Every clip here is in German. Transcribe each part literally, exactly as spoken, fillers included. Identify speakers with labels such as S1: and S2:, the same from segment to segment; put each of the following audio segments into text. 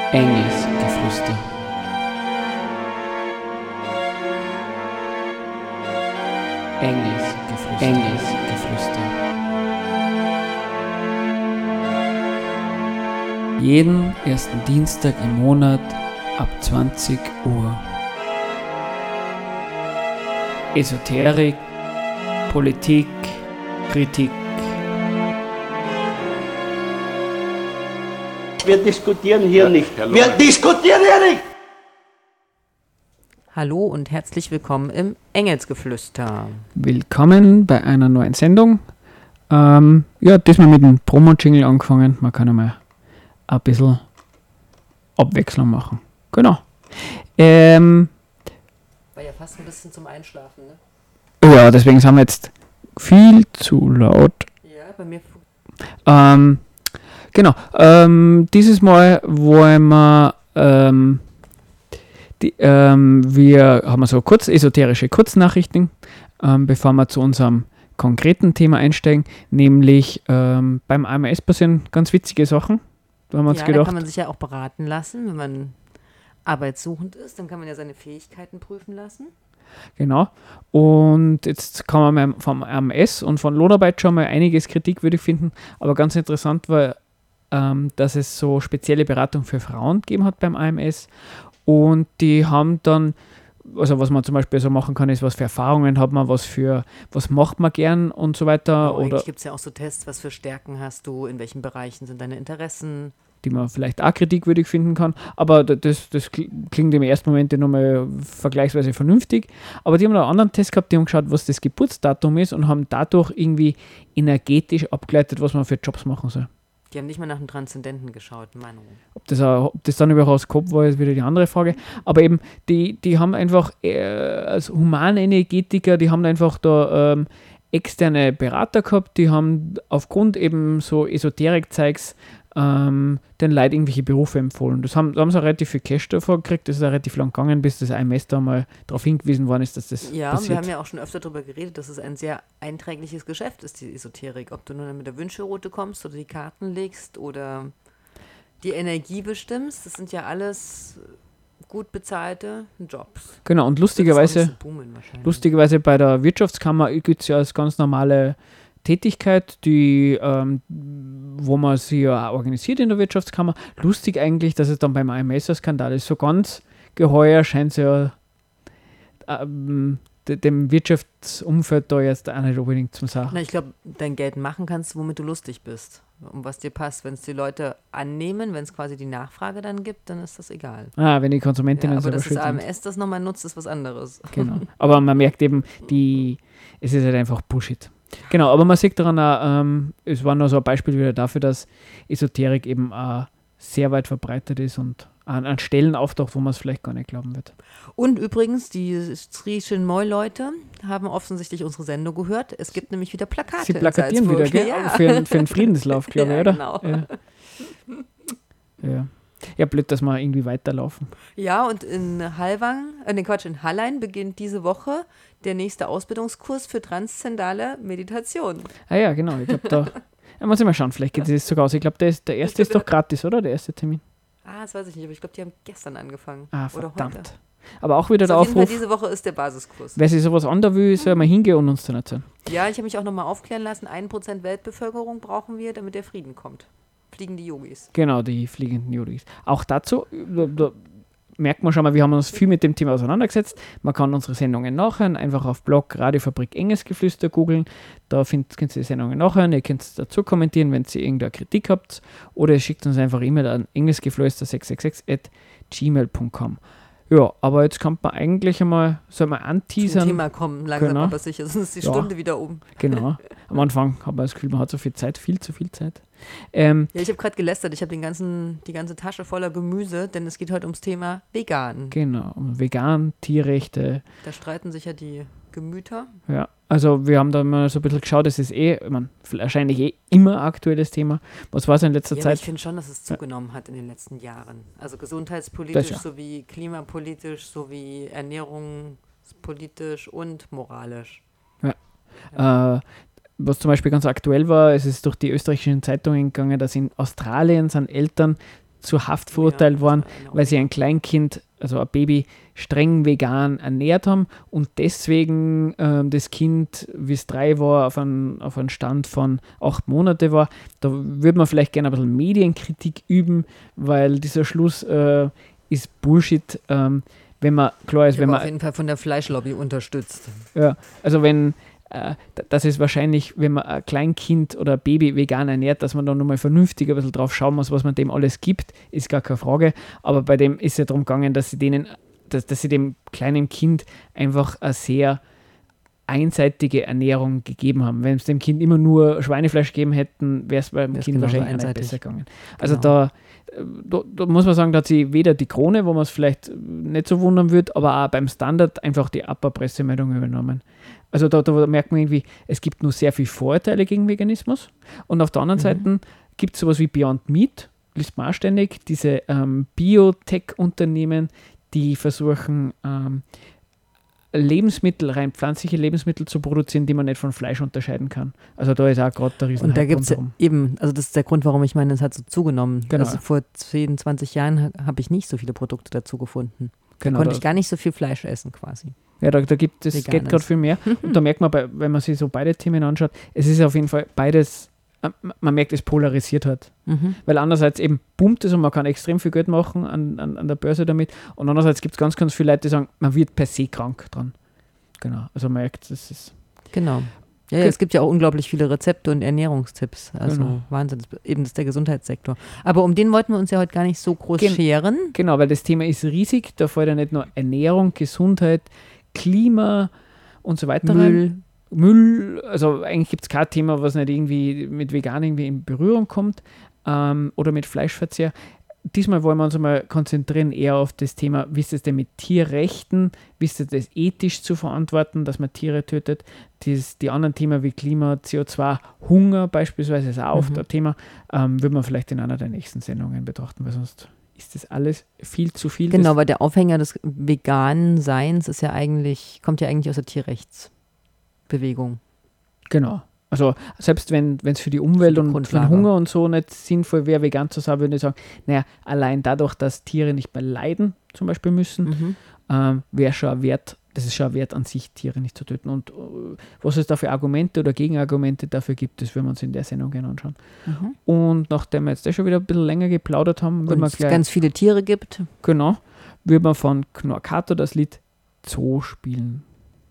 S1: Engelsgeflüster. Engelsgeflüster. Engelsgeflüster. Jeden ersten Dienstag im Monat ab zwanzig Uhr. Esoterik, Politik, Kritik.
S2: Wir diskutieren hier
S3: Ja,
S2: nicht.
S3: Herr
S2: Wir
S3: Lohr.
S2: diskutieren hier nicht!
S4: Hallo und herzlich willkommen im Engelsgeflüster.
S1: Willkommen bei einer neuen Sendung. Ähm, ja, diesmal mit dem Promo-Jingle angefangen. Man kann einmal ein bisschen Abwechslung machen. Genau. Ähm,
S4: War ja fast ein bisschen zum Einschlafen, ne?
S1: ja, deswegen sind wir jetzt viel zu laut.
S4: Ja, bei mir.
S1: Ähm, genau. Ähm, dieses Mal wollen wir, ähm, die, ähm, wir haben so kurz esoterische Kurznachrichten, ähm, bevor wir zu unserem konkreten Thema einsteigen, nämlich ähm, beim A M S passieren ganz witzige Sachen. Da haben wir uns
S4: Ja, da
S1: gedacht,
S4: kann man sich ja auch beraten lassen, wenn man arbeitssuchend ist, dann kann man ja seine Fähigkeiten prüfen lassen.
S1: genau. Und jetzt kann man mal vom A M S und von Lohnarbeit schon mal einiges kritikwürdig finden, aber ganz interessant war, ähm, dass es so spezielle Beratung für Frauen gegeben hat beim A M S und die haben dann, also was man zum Beispiel so machen kann, ist, was für Erfahrungen hat man, was für, was macht man gern und so weiter,
S4: Aber
S1: oder
S4: eigentlich gibt es ja auch so Tests, was für Stärken hast du, in welchen Bereichen sind deine Interessen.
S1: die man vielleicht auch kritikwürdig finden kann, aber d- das, das kl- klingt im ersten Moment nochmal vergleichsweise vernünftig, aber die haben einen anderen Test gehabt, die haben geschaut, was das Geburtsdatum ist und haben dadurch irgendwie energetisch abgeleitet, was man für Jobs machen soll.
S4: Die haben nicht mal nach dem Transzendenten geschaut, Meinung.
S1: Ob das, auch, ob das dann überhaupt Kopf war, ist wieder die andere Frage. Aber eben, die, die haben einfach äh, als Humanenergetiker, die haben einfach da ähm, externe Berater gehabt, die haben aufgrund eben so Esoterik-Zeugs ähm, den Leuten irgendwelche Berufe empfohlen. Das haben, da haben sie auch relativ viel Cash davor gekriegt, das ist auch relativ lang gegangen, bis das I M S da mal darauf hingewiesen worden ist, dass das
S4: Ja,
S1: passiert.
S4: wir haben ja auch schon öfter darüber geredet, dass es ein sehr einträgliches Geschäft ist, die Esoterik. Ob du nur mit der Wünschelrute kommst oder die Karten legst oder die Energie bestimmst, das sind ja alles gut bezahlte Jobs.
S1: Genau, und
S4: Das wird auch
S1: lustigerweise,
S4: nicht so boomen wahrscheinlich.
S1: lustigerweise bei der Wirtschaftskammer gibt es ja als ganz normale Tätigkeit, die, ähm, wo man sie ja auch organisiert in der Wirtschaftskammer. Lustig eigentlich, dass es dann beim A M S-Skandal ist. So ganz geheuer scheint es ja ähm, de- dem Wirtschaftsumfeld da jetzt auch nicht unbedingt zum Sagen.
S4: Na, ich glaube, dein Geld machen kannst, womit du lustig bist. Um was dir passt. Wenn es die Leute annehmen, wenn es quasi die Nachfrage dann gibt, dann ist das egal.
S1: Ah, wenn die
S4: Ja,
S1: Konsumentinnen
S4: aber
S1: selber
S4: dass das
S1: schuld
S4: A M
S1: sind.
S4: S das nochmal nutzt, ist was anderes.
S1: Genau. Aber man merkt eben, die, es ist halt einfach Bullshit. Genau, aber man sieht daran auch, ähm, es war nur so ein Beispiel wieder dafür, dass Esoterik eben auch sehr weit verbreitet ist und an, an Stellen auftaucht, wo man es vielleicht gar nicht glauben wird.
S4: Und übrigens, die Sri Chinmoy-Leute haben offensichtlich unsere Sendung gehört. Es gibt nämlich wieder Plakate.
S1: Sie
S4: in
S1: plakatieren wieder,
S4: Salzburg.
S1: gell?
S4: Ja.
S1: Für, für einen Friedenslauf, glaube ich,
S4: Ja,
S1: oder?
S4: genau.
S1: Ja. Ja. Ja, blöd, dass wir irgendwie weiterlaufen.
S4: Ja, und in Hallwang, äh, nee, Quatsch, in Hallein beginnt diese Woche der nächste Ausbildungskurs für transzendale Meditation.
S1: Ah ja, genau, ich glaube, da ja, muss ich mal schauen, vielleicht geht es sogar aus. Ich glaube, der, ist- der erste ist doch gratis, oder? Der erste Termin.
S4: Ah, das weiß ich nicht, aber ich glaube, die haben gestern angefangen.
S1: Ah,
S4: Oder
S1: verdammt.
S4: heute.
S1: Aber auch wieder
S4: Also
S1: der
S4: auf jeden Fall,
S1: Aufruf,
S4: diese Woche ist der Basiskurs.
S1: wer sich sowas an will, soll mal hingehen und uns dann erzählen.
S4: Ja, ich habe mich auch nochmal aufklären lassen, ein Prozent Weltbevölkerung brauchen wir, damit der Frieden kommt. Fliegen die Yogis.
S1: Genau, die fliegenden Yogis. Auch dazu, da, da merkt man schon mal, wir haben uns viel mit dem Thema auseinandergesetzt. Man kann unsere Sendungen nachhören, einfach auf Blog Radiofabrik Engelsgeflüster googeln. Da findet, könnt ihr die Sendungen nachhören. Ihr könnt dazu kommentieren, wenn ihr irgendeine Kritik habt. Oder ihr schickt uns einfach E-Mail an engelsgeflüster sechs sechs sechs at gmail punkt com. Ja, aber jetzt kann man eigentlich einmal, soll man
S4: Zum
S1: anteasern.
S4: Thema kommen, langsam
S1: Genau.
S4: aber sicher, sonst ist die
S1: Ja.
S4: Stunde wieder um.
S1: Genau. Am Anfang hat man das Gefühl, man hat so viel Zeit, viel zu viel Zeit. Ähm,
S4: Ja, ich habe gerade gelästert, ich habe den ganzen, die ganze Tasche voller Gemüse, denn es geht heute ums Thema Vegan.
S1: genau, vegan, Tierrechte.
S4: Da streiten sich ja die Gemüter.
S1: Ja, also wir haben da mal so ein bisschen geschaut, das ist eh, ich mein, wahrscheinlich eh immer aktuelles Thema. Was war es in letzter
S4: Ja, aber ich
S1: Zeit?
S4: finde schon, dass es zugenommen hat in den letzten Jahren. Also gesundheitspolitisch
S1: Das ja.
S4: sowie klimapolitisch sowie ernährungspolitisch und moralisch.
S1: Äh, was zum Beispiel ganz aktuell war, es ist durch die österreichischen Zeitungen gegangen, dass in Australien sind Eltern zu Haft verurteilt
S4: Ja,
S1: worden,
S4: das war eine
S1: weil sie ein Kleinkind, also ein Baby, streng vegan ernährt haben und deswegen ähm, das Kind, wie es drei war, auf einen, auf einen Stand von acht Monate war. Da würde man vielleicht gerne ein bisschen Medienkritik üben, weil dieser Schluss äh, ist Bullshit, ähm, wenn man, klar ist,
S4: Ich
S1: wenn
S4: habe
S1: man
S4: auf jeden Fall von der Fleischlobby unterstützt.
S1: ja, also wenn, äh, d- das ist wahrscheinlich, wenn man ein Kleinkind oder ein Baby vegan ernährt, dass man da nochmal vernünftig ein bisschen drauf schauen muss, was man dem alles gibt, ist gar keine Frage. Aber bei dem ist ja darum gegangen, dass sie denen, dass, dass sie dem kleinen Kind einfach eine sehr einseitige Ernährung gegeben haben. Wenn es dem Kind immer nur Schweinefleisch gegeben hätten, wäre es beim
S4: Wär's
S1: Kind
S4: genauso
S1: wahrscheinlich auch nicht
S4: einseitig.
S1: besser gegangen. Also
S4: Genau.
S1: da, äh, da, da muss man sagen, da hat sie weder die Krone, wo man es vielleicht nicht so wundern würde, aber auch beim Standard einfach die Upper-Pressemeldung übernommen. Also da, da merkt man irgendwie, es gibt nur sehr viele Vorurteile gegen Veganismus und auf der anderen
S4: Mhm.
S1: Seite gibt es sowas wie Beyond Meat, liest man auch ständig, diese ähm, Biotech-Unternehmen, die versuchen, ähm, Lebensmittel, rein pflanzliche Lebensmittel zu produzieren, die man nicht von Fleisch unterscheiden kann. Also da ist auch gerade der riesen
S4: Und da
S1: Hype
S4: gibt es ja
S1: rundherum.
S4: eben, also das ist der Grund, warum ich meine, es hat so zugenommen.
S1: Genau.
S4: Also vor zehn, zwanzig Jahren ha- habe ich nicht so viele Produkte dazu gefunden.
S1: Genau,
S4: Konnte
S1: da,
S4: ich gar nicht so viel Fleisch essen quasi.
S1: ja, da, da gibt es,
S4: Veganes.
S1: geht gerade viel mehr. Und da merkt man, bei, wenn man sich so beide Themen anschaut, es ist auf jeden Fall beides, äh, man merkt, es polarisiert hat.
S4: Mhm.
S1: Weil einerseits eben boomt es und man kann extrem viel Geld machen an, an, an der Börse damit und andererseits gibt es ganz, ganz viele Leute, die sagen, man wird per se krank dran. Genau, also man merkt, das ist...
S4: Genau. Ja, ja,
S1: Ge-
S4: es gibt ja auch unglaublich viele Rezepte und Ernährungstipps. Also
S1: Genau.
S4: Wahnsinn. Das- Eben das ist der Gesundheitssektor. Aber um den wollten wir uns ja heute gar nicht so groß
S1: Gen-
S4: scheren.
S1: Genau, weil das Thema ist riesig, da fällt ja nicht nur Ernährung, Gesundheit, Klima und so weiter rein.
S4: Müll.
S1: Müll, also eigentlich gibt es kein Thema, was nicht irgendwie mit Vegan irgendwie in Berührung kommt ähm, oder mit Fleischverzehr. Diesmal wollen wir uns einmal konzentrieren eher auf das Thema, wie ist es denn mit Tierrechten, wie ist es das ethisch zu verantworten, dass man Tiere tötet. Dies, die anderen Themen wie Klima, C O zwei, Hunger beispielsweise ist auch oft
S4: Mhm.
S1: ein Thema, ähm, würde man vielleicht in einer der nächsten Sendungen betrachten, weil sonst ist das alles viel zu viel.
S4: Genau,
S1: Das,
S4: weil der Aufhänger des veganen Seins ist ja eigentlich, kommt ja eigentlich aus der Tierrechtsbewegung.
S1: genau. Also selbst wenn es für die Umwelt
S4: die
S1: und für den
S4: Grundlage.
S1: Hunger und so nicht sinnvoll wäre, vegan zu sein, würde ich sagen, naja, allein dadurch, dass Tiere nicht mehr leiden, zum Beispiel müssen,
S4: Mhm.
S1: ähm, wäre schon ein Wert, das ist schon ein Wert an sich, Tiere nicht zu töten. Und äh, was es da für Argumente oder Gegenargumente dafür gibt, das werden wir uns in der Sendung gerne anschauen.
S4: Mhm.
S1: Und nachdem wir jetzt das schon wieder ein bisschen länger geplaudert haben, würden
S4: Und
S1: wir
S4: es
S1: gleich,
S4: ganz viele Tiere gibt.
S1: genau, würden wir von Knorkato das Lied Zoo spielen.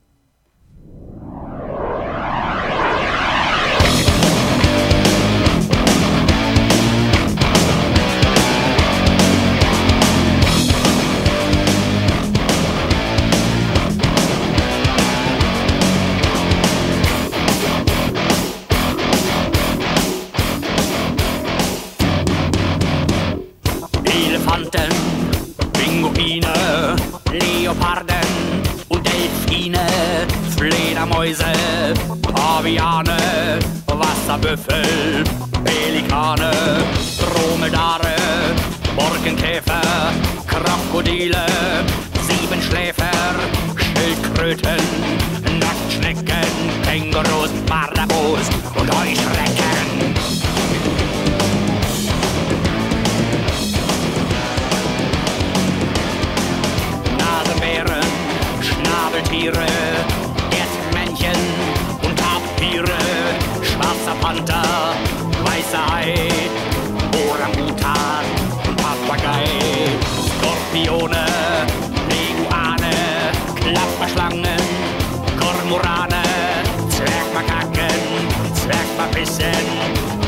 S3: Elefanten, Pinguine, Leoparden und Delfine, Fledermäuse, Paviane, Wasserbüffel, Pelikane, Dromedare, Borkenkäfer, Krokodile, Siebenschläfer, Schildkröten, Nacktschnecken, Kängurus, Marabus und Heuschrecken. Nasenbären, Schnabeltiere, Erdmännchen und Tapire, schwarzer Panther, weißer Hai, Orang-Utan und Papagei, Skorpione, Leguane, Klapperschlangen, Kormorane, Zwergmakaken, Zwergpapissen,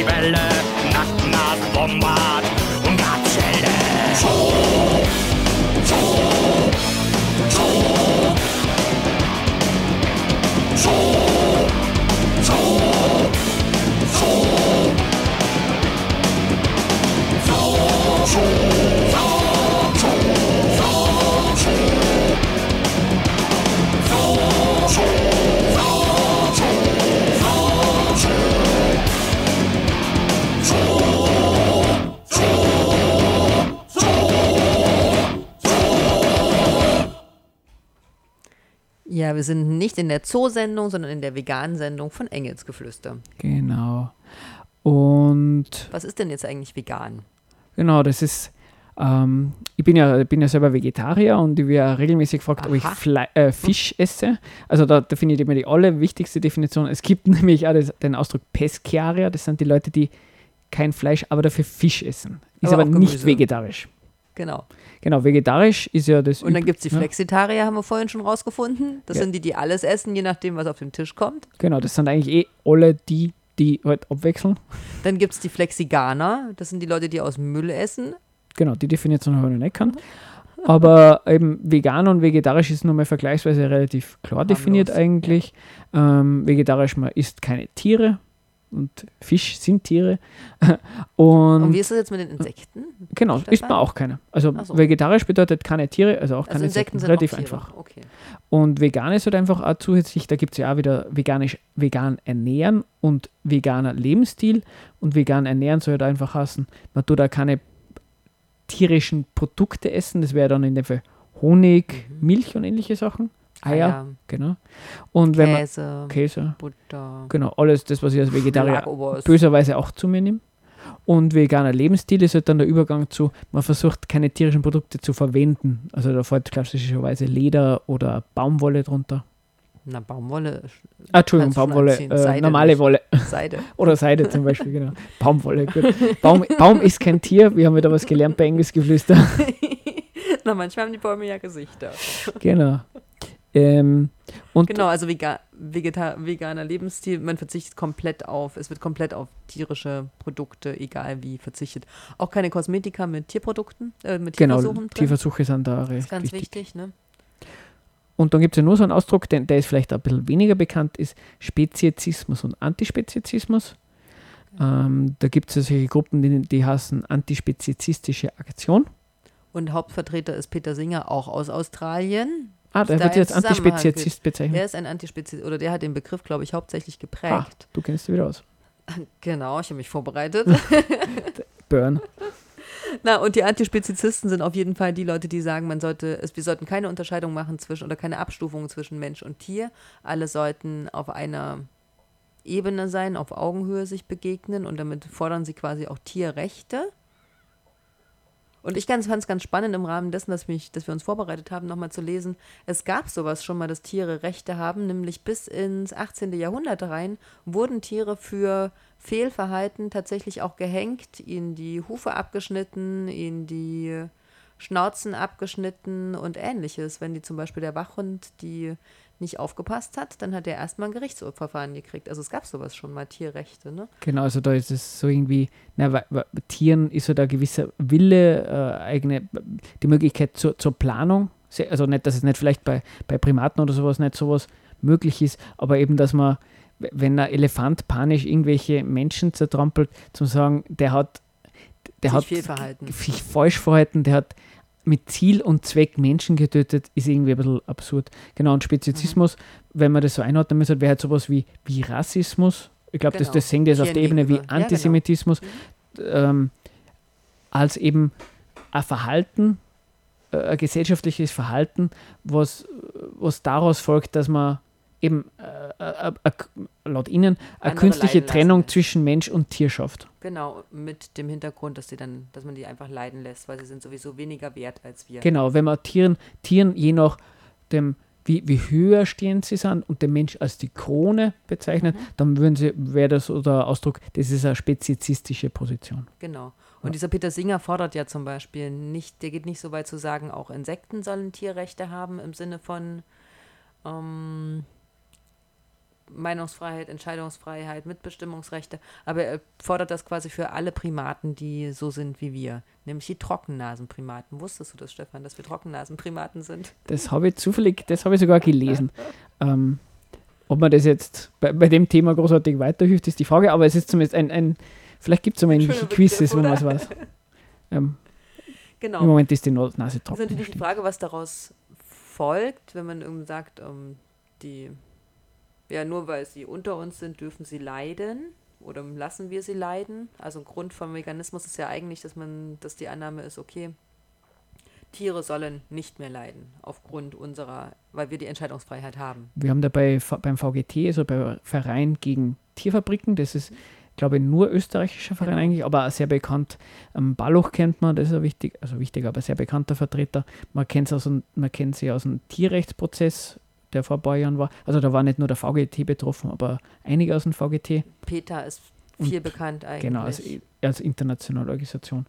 S3: Libelle, Nacktnasen, Wombat und Gazelle.
S4: Ja, wir sind nicht in der Zoosendung, sondern in der veganen Sendung von Engelsgeflüster.
S1: Genau. Und
S4: Was ist denn jetzt eigentlich vegan?
S1: genau, das ist, ähm, ich bin ja, bin ja selber Vegetarier und ich werde regelmäßig gefragt, ob ich
S4: Aha.
S1: Fle äh, Fisch esse. Also da, da finde ich immer die allerwichtigste Definition. Es gibt nämlich auch das, den Ausdruck Pescarier, das sind die Leute, die kein Fleisch, aber dafür Fisch essen. Ist
S4: Aber
S1: aber,
S4: auch
S1: nicht
S4: Gemüse.
S1: vegetarisch.
S4: Genau.
S1: Genau, vegetarisch ist ja das.
S4: Und dann
S1: üb-
S4: gibt es die
S1: ja,
S4: Flexitarier, haben wir vorhin schon rausgefunden. Das
S1: Ja.
S4: sind die, die alles essen, je nachdem, was auf den Tisch kommt.
S1: Genau, das sind eigentlich eh alle die, die halt abwechseln.
S4: Dann gibt es die Flexiganer. Das sind die Leute, die aus Müll essen.
S1: Genau, die Definition habe ich noch nicht gekannt. Aber eben vegan und vegetarisch ist nur mal vergleichsweise relativ klar definiert
S4: Harmlos,
S1: eigentlich. Ähm, vegetarisch, man isst keine Tiere und Fisch sind Tiere. Und,
S4: Und wie ist das jetzt mit den Insekten?
S1: genau,
S4: Stefan?
S1: isst man auch keine. Also
S4: Ach so.
S1: vegetarisch bedeutet keine Tiere, also auch
S4: Also
S1: keine
S4: Insekten
S1: Insekten.
S4: sind
S1: Relativ
S4: auch Tiere.
S1: einfach.
S4: Okay.
S1: Und vegan ist halt einfach auch zusätzlich, da gibt es ja auch wieder veganisch, vegan ernähren und veganer Lebensstil. Und vegan ernähren soll halt einfach heißen, man tut da keine tierischen Produkte essen, das wäre dann in dem Fall Honig, Milch und ähnliche Sachen. Eier,
S4: Eier,
S1: genau. Und wenn man
S4: Käse,
S1: Käse,
S4: Butter,
S1: genau, alles das, was ich als Vegetarier
S4: Schlagobers.
S1: böserweise auch zu mir nehme. Und veganer Lebensstil ist halt dann der Übergang zu, man versucht keine tierischen Produkte zu verwenden. Also da fällt klassischerweise Leder oder Baumwolle drunter.
S4: Na, Baumwolle.
S1: Ah, Entschuldigung,
S4: kannst du schon
S1: Baumwolle,
S4: anziehen.
S1: äh,
S4: Seide
S1: normale
S4: nicht.
S1: Wolle
S4: Seide.
S1: oder Seide zum Beispiel, genau. Baumwolle, gut. Baum, Baum ist kein Tier, wir haben wieder was gelernt bei Engelsgeflüster.
S4: Na, manchmal haben die Bäume ja Gesichter.
S1: Genau. Ähm, und
S4: Genau, also vega Vegeta veganer Lebensstil, man verzichtet komplett auf, es wird komplett auf tierische Produkte, egal wie, verzichtet. Auch keine Kosmetika mit Tierprodukten, äh, mit
S1: genau,
S4: Tierversuchen drin.
S1: Tierversuche sind da
S4: Das
S1: recht
S4: ist ganz
S1: wichtig.
S4: wichtig, ne?
S1: Und dann gibt es ja nur so einen Ausdruck, den, der ist vielleicht ein bisschen weniger bekannt, ist Speziesismus und Antispeziesismus. Ähm, da gibt es ja solche Gruppen, die, die heißen antispezizistische Aktion.
S4: Und Hauptvertreter ist Peter Singer, auch aus Australien.
S1: Ah, der
S4: Da
S1: wird
S4: im
S1: jetzt
S4: Zusammenhang
S1: Antispezizist bezeichnet.
S4: Er ist ein Antispezizist, oder der hat den Begriff, glaube ich, hauptsächlich
S1: Ah,
S4: geprägt.
S1: du kennst dich wieder aus.
S4: Genau, ich habe mich vorbereitet.
S1: Burn.
S4: Na, und die Antispezizisten sind auf jeden Fall die Leute, die sagen, man sollte, es, wir sollten keine Unterscheidung machen zwischen oder keine Abstufung zwischen Mensch und Tier. Alle sollten auf einer Ebene sein, auf Augenhöhe sich begegnen und damit fordern sie quasi auch Tierrechte. Und ich fand es ganz spannend im Rahmen dessen, dass, mich, dass wir uns vorbereitet haben, nochmal zu lesen, es gab sowas schon mal, dass Tiere Rechte haben, nämlich bis ins achtzehnten Jahrhundert rein wurden Tiere für Fehlverhalten tatsächlich auch gehängt, ihnen die Hufe abgeschnitten, ihnen die Schnauzen abgeschnitten und ähnliches. Wenn die zum Beispiel der Wachhund die nicht aufgepasst hat, dann hat er erstmal ein Gerichtsverfahren gekriegt. Also es gab sowas schon mal, Tierrechte, ne?
S1: Genau, also da ist es so irgendwie, na, weil, weil, bei Tieren ist so da ein gewisser Wille, äh, eigene, die Möglichkeit zur, zur Planung. Se- Also nicht, dass es nicht vielleicht bei, bei Primaten oder sowas nicht sowas möglich ist, aber eben, dass man, w- wenn ein Elefant panisch irgendwelche Menschen zertrampelt, zum sagen, der hat, der
S4: Sich
S1: hat
S4: Fehlverhalten.
S1: sich falsch verhalten, der hat mit Ziel und Zweck Menschen getötet, ist irgendwie ein bisschen absurd. Genau, und Speziesismus, wenn man das so einordnen müsste, wäre halt sowas wie, wie Rassismus. Ich glaube, das,
S4: Genau.
S1: das sehen die jetzt auf der
S4: Tieren
S1: Ebene wie
S4: gegenüber. Ja, genau.
S1: Antisemitismus, ähm, als eben ein Verhalten, äh, ein gesellschaftliches Verhalten, was, was daraus folgt, dass man eben äh, äh, äh, laut ihnen eine
S4: Andere
S1: künstliche
S4: leiden
S1: Trennung
S4: lassen.
S1: zwischen Mensch und Tier schafft.
S4: Genau, mit dem Hintergrund, dass sie dann, dass man die einfach leiden lässt, weil sie sind sowieso weniger wert als wir.
S1: Genau, wenn man Tieren, Tieren je nach dem, wie, wie höher stehend sie sind und den Mensch als die Krone bezeichnet, dann würden sie, wäre das so der Ausdruck, das ist eine spezizistische Position.
S4: Genau. Und dieser Peter Singer fordert ja zum Beispiel nicht, der geht nicht so weit zu sagen, auch Insekten sollen Tierrechte haben im Sinne von, ähm, Meinungsfreiheit, Entscheidungsfreiheit, Mitbestimmungsrechte, aber er fordert das quasi für alle Primaten, die so sind wie wir, nämlich die Trockennasenprimaten. Wusstest du das, Stefan, dass wir Trockennasenprimaten sind?
S1: Das habe ich zufällig, das habe ich sogar gelesen. ähm, ob man das jetzt bei, bei dem Thema großartig weiterhilft, ist die Frage, aber es ist zumindest ein, ein vielleicht gibt es einmal ähnliche Quizzes, wo man es weiß. Ähm,
S4: genau.
S1: Im Moment ist die Nase
S4: Das
S1: trocken.
S4: ist natürlich die Frage, was daraus folgt, wenn man irgendwie sagt, ähm, die, ja, nur weil sie unter uns sind, dürfen sie leiden oder lassen wir sie leiden. Also ein Grund vom Veganismus ist ja eigentlich, dass man, dass die Annahme ist, okay, Tiere sollen nicht mehr leiden, aufgrund unserer, weil wir die Entscheidungsfreiheit haben.
S1: Wir haben dabei beim V G T, also beim Verein gegen Tierfabriken, das ist, glaube ich, nur österreichischer Verein eigentlich, aber auch sehr bekannt. Ähm, Balluch kennt man, das ist ein wichtig, also wichtiger, aber sehr bekannter Vertreter. Man kennt aus dem, man kennt sie aus dem Tierrechtsprozess, der vor ein paar Jahren war. Also da war nicht nur der V G T betroffen, aber einige aus dem V G T.
S4: PETA ist viel
S1: Und
S4: bekannt eigentlich.
S1: Genau, als, als internationale Organisation.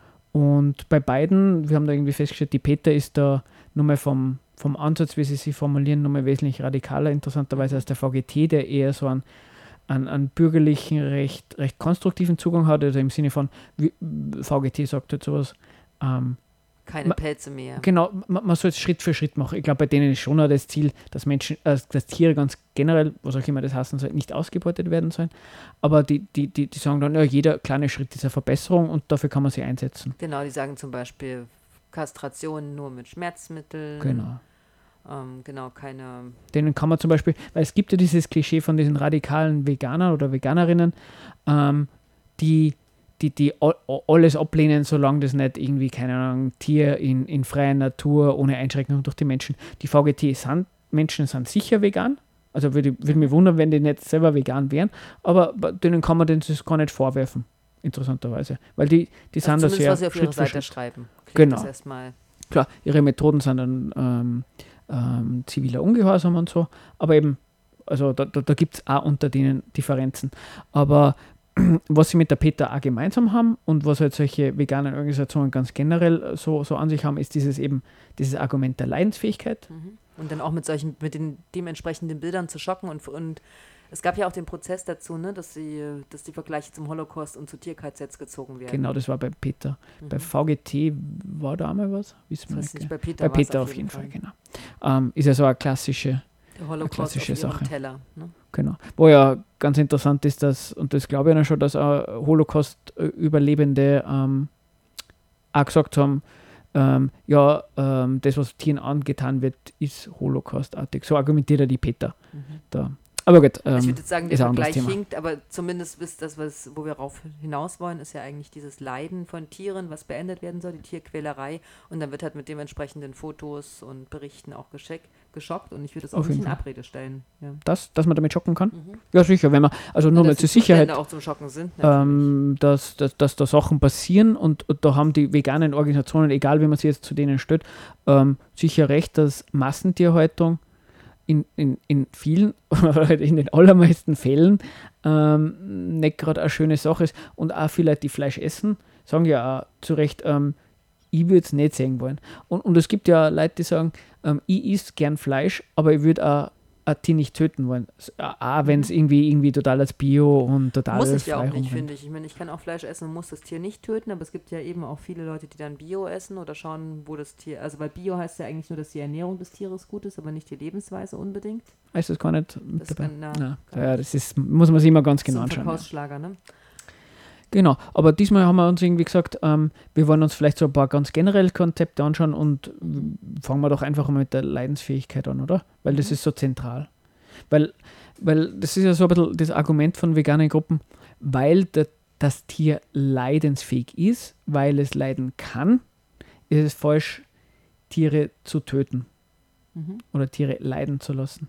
S1: Und bei beiden, wir haben da irgendwie festgestellt, die PETA ist da nochmal vom, vom Ansatz, wie sie sich formulieren, nochmal wesentlich radikaler, interessanterweise als der V G T, der eher so einen, einen, einen bürgerlichen, recht, recht konstruktiven Zugang hat, also im Sinne von, wie, V G T sagt halt sowas, ähm,
S4: Keine
S1: Ma-
S4: Pelze mehr.
S1: genau, man, man soll es Schritt für Schritt machen. Ich glaube, bei denen ist schon auch das Ziel, dass Menschen, äh, dass Tiere ganz generell, was auch immer das heißen soll, nicht ausgebeutet werden sollen. Aber die, die, die, die sagen dann, ja, jeder kleine Schritt ist eine Verbesserung und dafür kann man sich einsetzen.
S4: Genau, die sagen zum Beispiel Kastration nur mit Schmerzmitteln.
S1: Genau.
S4: Ähm, genau, keine.
S1: Denen kann man zum Beispiel, weil es gibt ja dieses Klischee von diesen radikalen Veganern oder Veganerinnen, ähm, die, die, die all, alles ablehnen, solange das nicht irgendwie, keine Ahnung, Tier in, in freier Natur, ohne Einschränkung durch die Menschen. Die V G T sind, Menschen sind sicher vegan, also würde, würde mich wundern, wenn die nicht selber vegan wären, aber bei denen kann man das gar nicht vorwerfen, interessanterweise, weil die, die sind
S4: Also
S1: da
S4: zumindest,
S1: sehr
S4: was sie auf ihre
S1: Schritt für
S4: Seite
S1: Schritt.
S4: schreiben. Klingt
S1: Genau.
S4: Das erstmal.
S1: Klar, ihre Methoden sind dann ähm, ähm, ziviler Ungehorsam und so, aber eben, also da, da, da gibt es auch unter denen Differenzen. Aber was sie mit der PETA auch gemeinsam haben und was halt solche veganen Organisationen ganz generell so, so an sich haben, ist dieses eben, dieses Argument der Leidensfähigkeit.
S4: Mhm. Und dann auch mit solchen, mit den dementsprechenden Bildern zu schocken und, und es gab ja auch den Prozess dazu, ne, dass, sie, dass die Vergleiche zum Holocaust und zu Tierk Z gezogen werden.
S1: Genau, das war bei PETA.
S4: Mhm.
S1: Bei V G T war da einmal was? Wissen wir
S4: Das heißt
S1: nicht.
S4: nicht,
S1: gell?
S4: bei PETA,
S1: Bei
S4: war's
S1: PETA auf jeden Fall, genau. Ähm, ist ja so eine klassische,
S4: Der Holocaust
S1: klassische
S4: auf ihrem
S1: Sache.
S4: Teller. Ne?
S1: genau. Wo ja ganz interessant ist, dass, und das glaube ich ja schon, dass auch Holocaust-Überlebende ähm, auch gesagt haben, ähm, ja, ähm, das, was Tieren angetan wird, ist Holocaustartig. So argumentiert ja die PETA.
S4: Mhm.
S1: Da. Aber gut, ähm,
S4: ich würde jetzt sagen, der
S1: ist ein anderes
S4: Vergleich
S1: Thema.
S4: hinkt, aber zumindest ist das, was, wo wir rauf hinaus wollen, ist ja eigentlich dieses Leiden von Tieren, was beendet werden soll, die Tierquälerei. Und dann wird halt mit dementsprechenden Fotos und Berichten auch gescheck, geschockt. Und ich würde das auch
S1: Auf
S4: nicht
S1: jeden
S4: in
S1: Fall.
S4: Abrede stellen. Ja.
S1: Das, dass man damit schocken kann?
S4: Mhm.
S1: Ja, sicher, wenn man, also nur
S4: Und
S1: mal
S4: dass
S1: zur
S4: die
S1: Sicherheit,
S4: Zustände auch zum Schocken sind. natürlich.
S1: ähm, dass, dass, dass da Sachen passieren und, und da haben die veganen Organisationen, egal wie man sich jetzt zu denen stellt, ähm, sicher recht, dass Massentierhaltung in, in, in vielen, oder in den allermeisten Fällen ähm, nicht gerade eine schöne Sache ist. Und auch viele Leute, die Fleisch essen, sagen ja auch zu Recht, ähm, ich würde es nicht sehen wollen. Und, und es gibt ja Leute, die sagen, ähm, ich esse gern Fleisch, aber ich würde auch ein Tier nicht töten wollen. S- Auch wenn es irgendwie, irgendwie total als Bio und total
S4: Muss
S1: als
S4: ich ja auch
S1: frei
S4: nicht,
S1: rumrennt.
S4: finde ich. Ich meine, ich kann auch Fleisch essen und muss das Tier nicht töten, aber es gibt ja eben auch viele Leute, die dann Bio essen oder schauen, wo das Tier, also weil Bio heißt ja eigentlich nur, dass die Ernährung des Tieres gut ist, aber nicht die Lebensweise unbedingt.
S1: Ist das gar nicht mit
S4: Das
S1: dabei?
S4: kann, na,
S1: Nein.
S4: gar
S1: Ja, das ist, muss man sich immer ganz
S4: Das ist
S1: genau
S4: ein
S1: anschauen. Ja.
S4: Verkaufsschlager, ne?
S1: Genau, aber diesmal haben wir uns irgendwie gesagt, ähm, wir wollen uns vielleicht so ein paar ganz generelle Konzepte anschauen und mm, fangen wir doch einfach mal mit der Leidensfähigkeit an, oder? Weil das
S4: Mhm.
S1: ist so zentral. Weil, weil das ist ja so ein bisschen das Argument von veganen Gruppen, weil der, das Tier leidensfähig ist, weil es leiden kann, ist es falsch, Tiere zu töten
S4: Mhm.
S1: oder Tiere leiden zu lassen.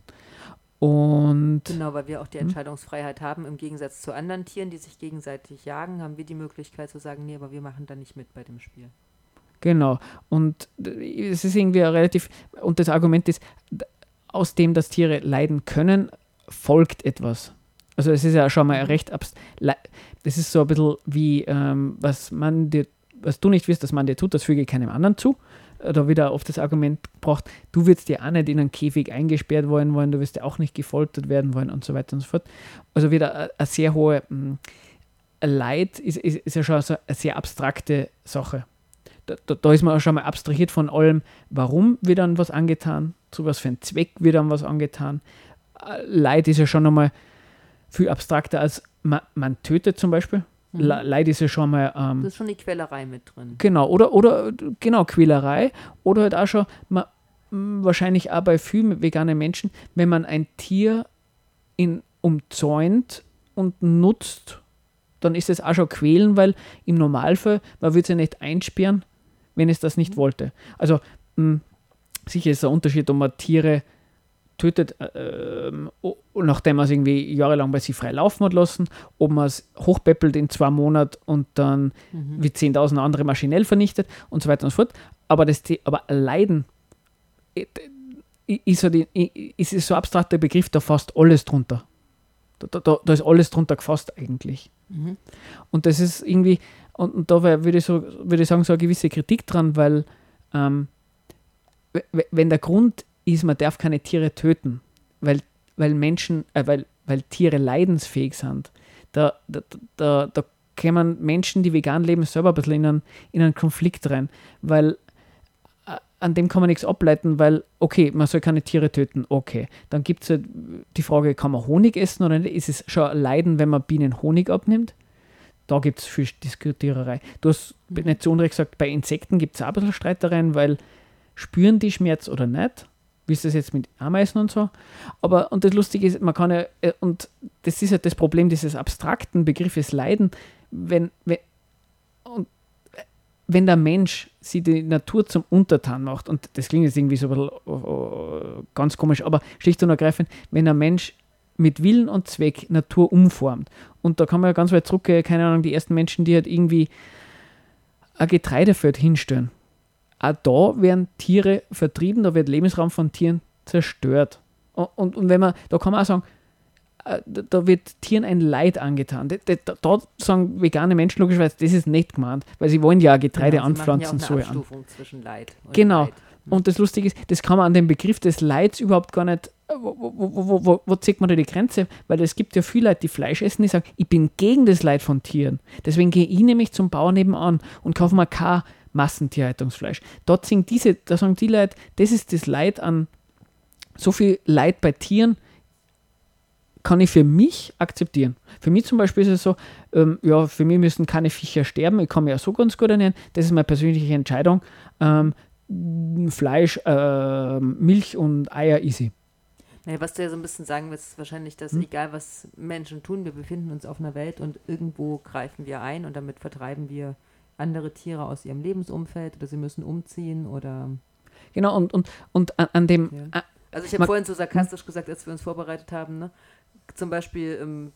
S1: Und
S4: Genau, weil wir auch die
S1: Hm.
S4: Entscheidungsfreiheit haben. Im Gegensatz zu anderen Tieren, die sich gegenseitig jagen, haben wir die Möglichkeit zu sagen, nee, aber wir machen da nicht mit bei dem Spiel.
S1: Genau. Und d- es ist irgendwie relativ, und das Argument ist, d- aus dem, dass Tiere leiden können, folgt etwas. Also es ist ja schon mal recht abs- le- das ist so ein bisschen wie, ähm, was man dir, was du nicht wirst, dass man dir tut, das füge keinem anderen zu. da wieder oft das Argument gebracht, du würdest ja auch nicht in einen Käfig eingesperrt wollen wollen, du wirst ja auch nicht gefoltert werden wollen und so weiter und so fort. Also wieder eine, eine sehr hohe mh, Leid ist, ist, ist ja schon so eine sehr abstrakte Sache. Da, da, da ist man auch schon mal abstrahiert von allem, warum wird dann was angetan, zu was für einen Zweck wird dann was angetan. Leid ist ja schon einmal viel abstrakter als man, man tötet zum Beispiel. Mhm. Leid ist ja schon mal... Ähm,
S4: das ist schon die Quälerei mit drin.
S1: Genau, oder, oder genau, Quälerei. Oder halt auch schon, man, wahrscheinlich auch bei vielen veganen Menschen, wenn man ein Tier in, umzäunt und nutzt, dann ist es auch schon quälen, weil im Normalfall, man würde es ja nicht einsperren, wenn es das nicht mhm. wollte. Also mh, sicher ist der Unterschied, ob man Tiere tötet, äh, nachdem man es irgendwie jahrelang bei sich frei laufen hat lassen, ob man es hochpäppelt in zwei Monaten und dann mhm. wie zehntausend andere maschinell vernichtet und so weiter und so fort. Aber, das, aber Leiden ist so, die, ist so ein abstrakter Begriff, da fasst alles drunter. Da, da, da ist alles drunter gefasst eigentlich. Mhm. Und das ist irgendwie, und, und da würde ich, so, würd ich sagen, so eine gewisse Kritik dran, weil ähm, w- wenn der Grund ist, man darf keine Tiere töten, weil, weil Menschen, äh, weil, weil Tiere leidensfähig sind, da, da, da, da kommen Menschen, die vegan leben, selber ein bisschen in einen, in einen Konflikt rein, weil äh, an dem kann man nichts ableiten, weil, okay, man soll keine Tiere töten, okay. Dann gibt es halt die Frage, kann man Honig essen oder nicht? Ist es schon ein Leiden, wenn man Bienen Honig abnimmt? Da gibt es viel Diskutiererei. Du hast nicht zu Unrecht gesagt, bei Insekten gibt es auch ein bisschen Streitereien, weil spüren die Schmerz oder nicht? Wie ist das jetzt mit Ameisen und so? Aber, und das Lustige ist, man kann ja, und das ist ja das Problem dieses abstrakten Begriffes Leiden, wenn, wenn, und, wenn der Mensch sich die Natur zum Untertan macht, und das klingt jetzt irgendwie so ein bisschen uh, ganz komisch, aber schlicht und ergreifend, wenn ein Mensch mit Willen und Zweck Natur umformt, und da kann man ja ganz weit zurückgehen, keine Ahnung, die ersten Menschen, die halt irgendwie ein Getreidefeld hinstellen. Auch da werden Tiere vertrieben, da wird Lebensraum von Tieren zerstört. Und, und, und wenn man, da kann man auch sagen, äh, da, da wird Tieren ein Leid angetan. Da, da, da sagen vegane Menschen logischerweise, das ist nicht gemeint, weil sie wollen ja Getreide
S4: genau,
S1: anpflanzen.
S4: Sie machen ja auch eine
S1: so
S4: Abstufung an. Zwischen Leid und
S1: Genau.
S4: Leid.
S1: Und das Lustige ist, das kann man an dem Begriff des Leids überhaupt gar nicht, wo, wo, wo, wo, wo, wo zieht man da die Grenze? Weil es gibt ja viele Leute, die Fleisch essen, die sagen, ich bin gegen das Leid von Tieren. Deswegen gehe ich nämlich zum Bauern nebenan und kaufe mir kein Massentierhaltungsfleisch. Dort sind diese, da sagen die Leute, das ist das Leid an, so viel Leid bei Tieren kann ich für mich akzeptieren. Für mich zum Beispiel ist es so, ähm, ja, für mich müssen keine Viecher sterben, ich kann mich ja so ganz gut ernähren, das ist meine persönliche Entscheidung. Ähm, Fleisch, äh, Milch und Eier easy.
S4: Naja, was du ja so ein bisschen sagen willst, ist wahrscheinlich, dass hm? egal was Menschen tun, wir befinden uns auf einer Welt und irgendwo greifen wir ein und damit vertreiben wir andere Tiere aus ihrem Lebensumfeld oder sie müssen umziehen oder...
S1: Genau, und, und, und an, an dem...
S4: Ja. Also ich habe vorhin so sarkastisch gesagt, als wir uns vorbereitet haben, ne? Zum Beispiel ähm,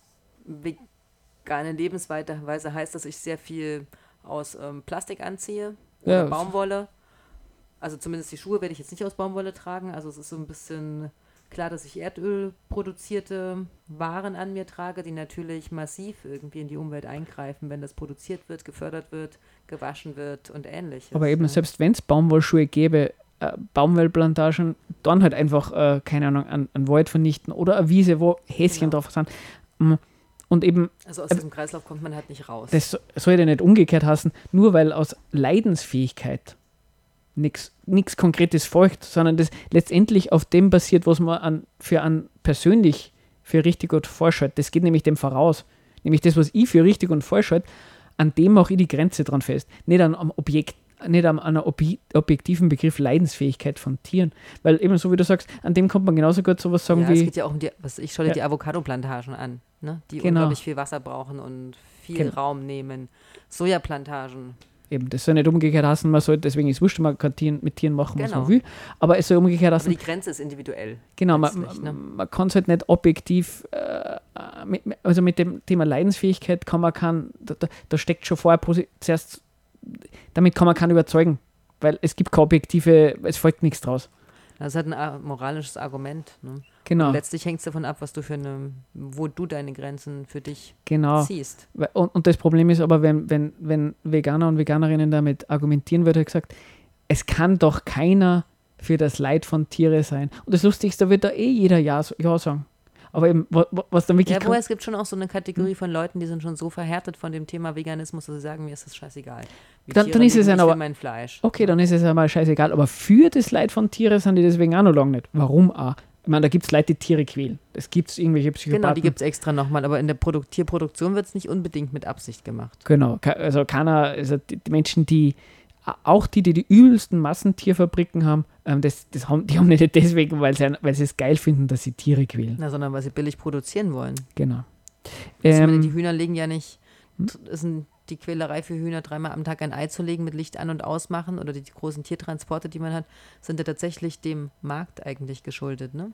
S4: vegane Lebensweise heißt, dass ich sehr viel aus ähm, Plastik anziehe oder ja. Baumwolle. Also zumindest die Schuhe werde ich jetzt nicht aus Baumwolle tragen. Also es ist so ein bisschen klar, dass ich Erdöl produzierte Waren an mir trage, die natürlich massiv irgendwie in die Umwelt eingreifen, wenn das produziert wird, gefördert wird, gewaschen wird und ähnliches.
S1: Aber eben,
S4: ja.
S1: selbst wenn es Baumwollschuhe gäbe, äh, Baumwollplantagen, dann halt einfach, äh, keine Ahnung, einen, einen Wald vernichten oder eine Wiese, wo Häschen genau. drauf sind. Und eben...
S4: Also aus
S1: äh,
S4: diesem Kreislauf kommt man halt nicht raus.
S1: Das soll ja nicht umgekehrt heißen, nur weil aus Leidensfähigkeit nichts Konkretes folgt, sondern das letztendlich auf dem basiert, was man an, für an persönlich für richtig und falsch hält. Das geht nämlich dem voraus. Nämlich das, was ich für richtig und falsch halte, an dem mache ich die Grenze dran fest. Nicht an einem Objekt, nicht an einer ob- objektiven Begriff Leidensfähigkeit von Tieren. Weil eben so wie du sagst, an dem kommt man genauso gut sowas sagen
S4: ja,
S1: wie...
S4: es geht ja auch um die, was ich schaue dir
S1: ja.
S4: die Avocado-Plantagen an, ne? Die
S1: genau.
S4: unglaublich viel Wasser brauchen und viel
S1: genau.
S4: Raum nehmen. Sojaplantagen.
S1: Eben, das soll nicht umgekehrt heißen, man soll, deswegen ist es wurscht, man kann Tieren, mit Tieren machen, was
S4: genau.
S1: man will, aber es soll umgekehrt heißen...
S4: Aber die Grenze ist individuell.
S1: Genau, man, ne? man kann es halt nicht objektiv, äh, mit, also mit dem Thema Leidensfähigkeit kann man kann, da, da steckt schon vorher posi- zuerst, damit kann man keinen überzeugen, weil es gibt keine objektive, es folgt nichts draus.
S4: Das ist halt ein moralisches Argument. Ne?
S1: Genau.
S4: Und letztlich hängt es davon ab, was du für eine, wo du deine Grenzen für dich
S1: genau.
S4: ziehst.
S1: Und, und das Problem ist aber, wenn, wenn, wenn Veganer und Veganerinnen damit argumentieren, wird halt gesagt, es kann doch keiner für das Leid von Tieren sein. Und das Lustigste wird da eh jeder Ja, ja sagen. Aber eben, was, was dann wirklich...
S4: Ja, aber es gibt schon auch so eine Kategorie von Leuten, die sind schon so verhärtet von dem Thema Veganismus, dass sie sagen, mir ist das scheißegal. Wie
S1: Dann,
S4: Tiere
S1: dann ist es
S4: leben,
S1: ein
S4: ich will
S1: aber...
S4: mein Fleisch.
S1: Okay, dann ist es einmal scheißegal. Aber für das Leid von Tieren sind die deswegen auch noch lange nicht. Warum auch? Ich meine, da gibt es Leute, die Tiere quälen. Das gibt es irgendwelche Psychopathen.
S4: Genau, die gibt es extra nochmal. Aber in der Produ- Tierproduktion wird es nicht unbedingt mit Absicht gemacht.
S1: Genau. Ke- Also keiner... Also die, die Menschen, die... Auch die, die die übelsten Massentierfabriken haben, ähm, das, das haben, die haben nicht deswegen, weil sie, weil sie es geil finden, dass sie Tiere quälen.
S4: Na, sondern weil sie billig produzieren wollen.
S1: Genau.
S4: Ich meine, die
S1: Ähm,
S4: Hühner legen ja nicht, ist ein, die Quälerei für Hühner, dreimal am Tag ein Ei zu legen, mit Licht an- und ausmachen oder die, die großen Tiertransporte, die man hat, sind ja tatsächlich dem Markt eigentlich geschuldet, ne?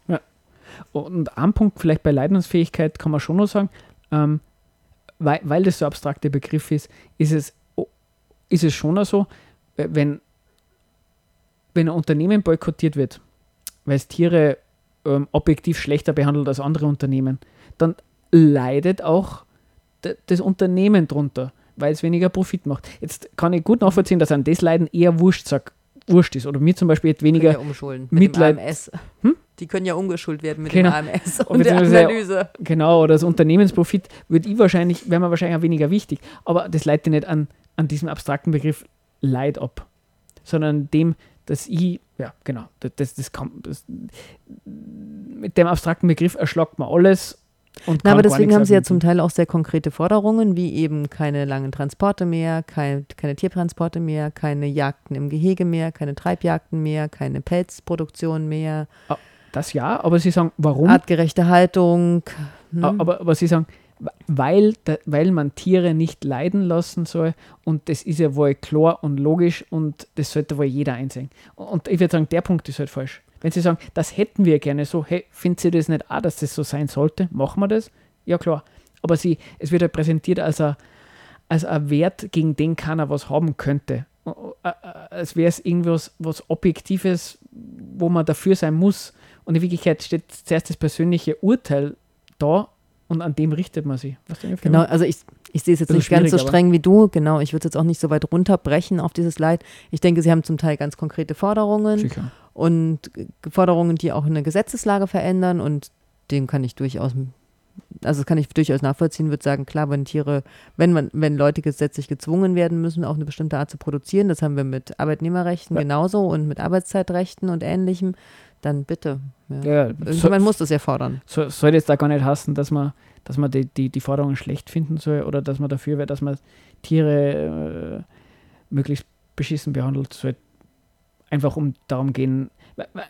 S1: und ein Punkt vielleicht bei Leidensfähigkeit kann man schon noch sagen, ähm, weil, weil das so ein abstrakter Begriff ist, ist es, ist es schon so, wenn, wenn ein Unternehmen boykottiert wird, weil es Tiere ähm, objektiv schlechter behandelt als andere Unternehmen, dann leidet auch d- das Unternehmen drunter, weil es weniger Profit macht. Jetzt kann ich gut nachvollziehen, dass an das Leiden eher wurscht, sag, wurscht ist. Oder mir zum Beispiel
S4: Die
S1: weniger
S4: können ja umschulen mit
S1: Mitleid-
S4: dem A M S.
S1: Hm?
S4: Die können ja umgeschult werden mit
S1: Genau.
S4: dem A M S
S1: Und
S4: und der
S1: beziehungsweise-
S4: Analyse.
S1: Genau, oder das Unternehmensprofit würde ich wahrscheinlich, wäre mir wahrscheinlich auch weniger wichtig. Aber das leitet nicht an, an diesem abstrakten Begriff Leid ab, sondern dem, dass ich, ja, genau, das, das, das kann, das, mit dem abstrakten Begriff erschlagt man alles. Und
S4: Na,
S1: kann
S4: aber
S1: gar
S4: deswegen
S1: nichts
S4: haben sie ja
S1: argumentieren.
S4: zum Teil auch sehr konkrete Forderungen, wie eben keine langen Transporte mehr, kein, keine Tiertransporte mehr, keine Jagden im Gehege mehr, keine Treibjagden mehr, keine Pelzproduktion mehr,
S1: Das ja, aber sie sagen, warum?
S4: artgerechte Haltung. Hm?
S1: A- Aber, aber sie sagen, weil, da, weil man Tiere nicht leiden lassen soll und das ist ja wohl klar und logisch und das sollte wohl jeder einsehen. Und ich würde sagen, der Punkt ist halt falsch. Wenn sie sagen, das hätten wir gerne so, hey, finden Sie das nicht auch, dass das so sein sollte? Machen wir das? Ja, klar. Aber sie, es wird ja präsentiert als ein, als ein Wert, gegen den keiner was haben könnte. Als wäre es irgendwas was Objektives, wo man dafür sein muss. Und in Wirklichkeit steht zuerst das persönliche Urteil da und an dem richtet man sich. Was du ungefähr
S4: Genau,
S1: meinst?
S4: also ich, ich sehe es jetzt
S1: Bisschen
S4: nicht ganz so
S1: schwierig, aber-
S4: streng wie du, genau, ich würde es jetzt auch nicht so weit runterbrechen auf dieses Leid. Ich denke, sie haben zum Teil ganz konkrete Forderungen
S1: Sicher.
S4: und G- Forderungen, die auch eine Gesetzeslage verändern und dem kann ich durchaus, also das kann ich durchaus nachvollziehen, würde sagen, klar, wenn Tiere, wenn man, wenn Leute gesetzlich gezwungen werden müssen, auch eine bestimmte Art zu produzieren, das haben wir mit Arbeitnehmerrechten
S1: Ja.
S4: genauso und mit Arbeitszeitrechten und Ähnlichem, dann bitte. Ja.
S1: Ja,
S4: Irgendjemand muss das ja fordern.
S1: so, soll jetzt da gar nicht heißen, dass man, dass man die, die, die Forderungen schlecht finden soll oder dass man dafür wäre, dass man Tiere äh, möglichst beschissen behandelt soll. Einfach um darum gehen, weil- weil-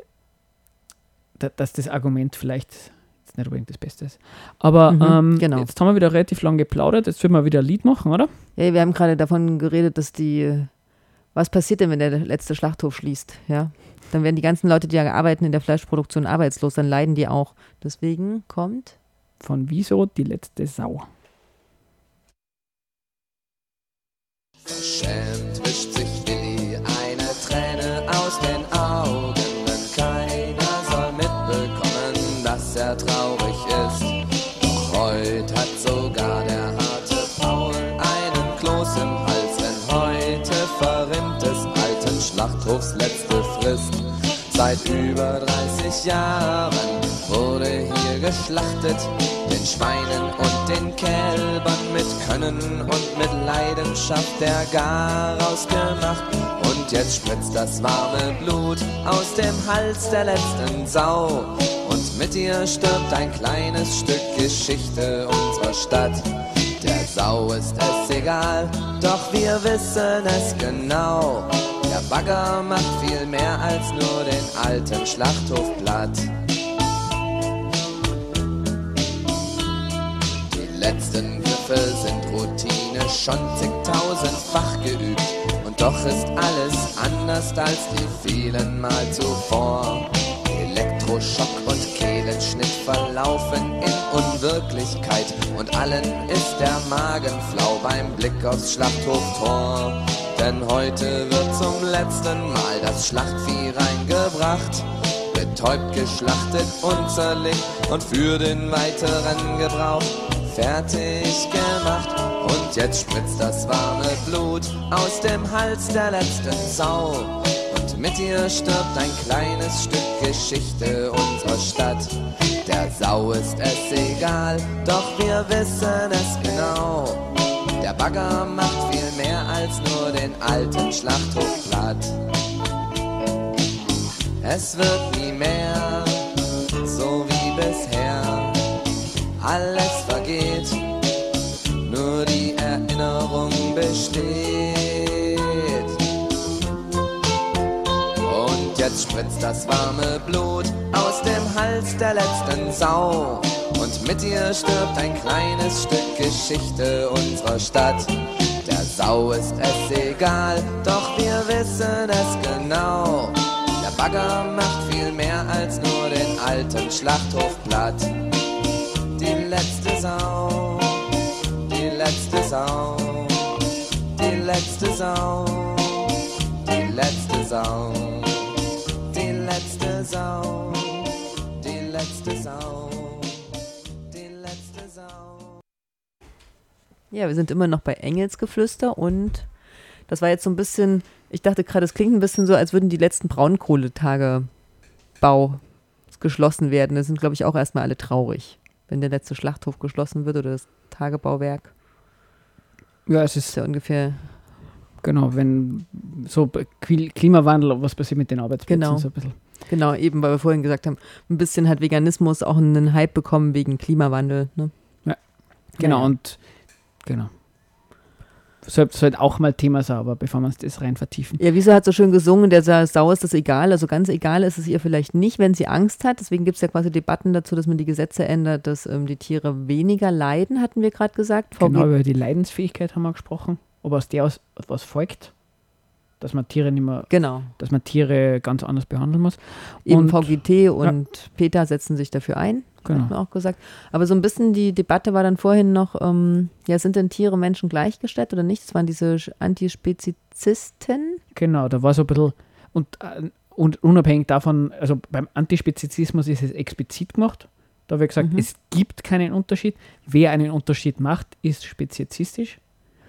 S1: da- dass das Argument vielleicht jetzt nicht unbedingt das Beste ist. Aber
S4: Mhm,
S1: ähm,
S4: genau.
S1: jetzt haben wir wieder relativ lang geplaudert, jetzt würden wir wieder ein Lied machen, oder?
S4: Ja, wir haben gerade davon geredet, dass die, was passiert denn, wenn der letzte Schlachthof schließt, ja? Dann werden die ganzen Leute, die ja arbeiten in der Fleischproduktion, arbeitslos, dann leiden die auch. Deswegen kommt
S1: Von Wieso die letzte Sau.
S5: Verschämt wischt sich Willi eine Träne aus den Augen, denn keiner soll mitbekommen, dass er traurig ist. Doch heute hat sogar der harte Paul einen Kloß im Hals, wenn heute verrinnt des alten Schlachthofs letzte Frist. Seit über dreißig Jahren wurde hier geschlachtet, den Schweinen und den Kälbern mit Können und mit Leidenschaft der Garaus gemacht. Und jetzt spritzt das warme Blut aus dem Hals der letzten Sau. Und mit ihr stirbt ein kleines Stück Geschichte unserer Stadt. Der Sau ist es egal, doch wir wissen es genau. Der Bagger macht viel mehr als nur den alten Schlachthof platt. Die letzten Griffe sind Routine, schon zigtausendfach geübt. Und doch ist alles anders als die vielen Mal zuvor. Elektroschock und Kehlenschnitt verlaufen in Unwirklichkeit. Und allen ist der Magen flau beim Blick aufs Schlachthoftor. Denn heute wird zum letzten Mal das Schlachtvieh reingebracht, betäubt, geschlachtet und zerlegt und für den weiteren Gebrauch fertig gemacht. Und jetzt spritzt das warme Blut aus dem Hals der letzten Sau. Und mit ihr stirbt ein kleines Stück Geschichte unserer Stadt. Der Sau ist es egal, doch wir wissen es genau. Der Bagger macht viel mehr als nur den alten Schlachthof platt. Es wird nie mehr so wie bisher. Alles vergeht, nur die Erinnerung besteht. Und jetzt spritzt das warme Blut aus dem Hals der letzten Sau. Und mit ihr stirbt ein kleines Stück Geschichte unserer Stadt. Der Sau ist es egal, doch wir wissen es genau. Der Bagger macht viel mehr als nur den alten Schlachthof platt. Die letzte Sau, die letzte Sau, die letzte Sau, die letzte Sau, die letzte Sau, die letzte Sau, die letzte Sau.
S4: Ja, wir sind immer noch bei Engelsgeflüster und das war jetzt so ein bisschen, ich dachte gerade, es klingt ein bisschen so, als würden die letzten Braunkohletagebau geschlossen werden. Da sind, glaube ich, auch erstmal alle traurig, wenn der letzte Schlachthof geschlossen wird oder das Tagebauwerk.
S1: Ja, es
S4: Das
S1: ist
S4: ist ja ungefähr,
S1: genau, wenn so Kli- Klimawandel, was passiert mit den Arbeitsplätzen
S4: Genau.
S1: so ein bisschen.
S4: genau, eben, weil wir vorhin gesagt haben, ein bisschen hat Veganismus auch einen Hype bekommen wegen Klimawandel. Ne?
S1: Genau,
S4: Ja.
S1: und genau. Sollte sollte auch mal Thema sein, aber bevor wir uns das rein vertiefen.
S4: Ja, Wieso hat so schön gesungen, der Sa- Sau ist das egal, also ganz egal ist es ihr vielleicht nicht, wenn sie Angst hat. Deswegen gibt es ja quasi Debatten dazu, dass man die Gesetze ändert, dass ähm, die Tiere weniger leiden, hatten wir gerade gesagt. V G
S1: Genau, über die Leidensfähigkeit haben wir gesprochen. Ob aus der aus was folgt, dass man Tiere nicht mehr,
S4: Genau,
S1: dass man Tiere ganz anders behandeln muss.
S4: eben
S1: Und-
S4: V G T und PETA setzen sich dafür ein,
S1: Genau.
S4: hat man auch gesagt. Aber so ein bisschen die Debatte war dann vorhin noch, ähm, ja, sind denn Tiere Menschen gleichgestellt oder nicht? Das waren diese Sch- Antispezizisten.
S1: Genau, da war so ein bisschen, und, äh, und unabhängig davon, also beim Antispezizismus ist es explizit gemacht. Da habe ich gesagt,
S4: Mhm.
S1: es gibt keinen Unterschied. Wer einen Unterschied macht, ist speziesistisch.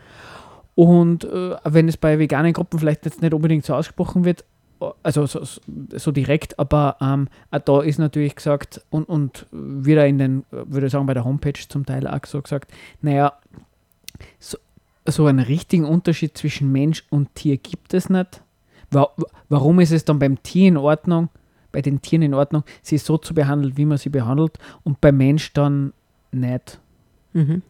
S1: Und äh, wenn es bei veganen Gruppen vielleicht jetzt nicht unbedingt so ausgesprochen wird, also so, so direkt, aber ähm, auch da ist natürlich gesagt, und, und wieder in den, würde ich sagen, bei der Homepage zum Teil auch so gesagt, naja, so, so einen richtigen Unterschied zwischen Mensch und Tier gibt es nicht. Wa- Warum ist es dann beim Tier in Ordnung, bei den Tieren in Ordnung, sie so zu behandeln, wie man sie behandelt, und beim Mensch dann nicht?
S4: Mhm.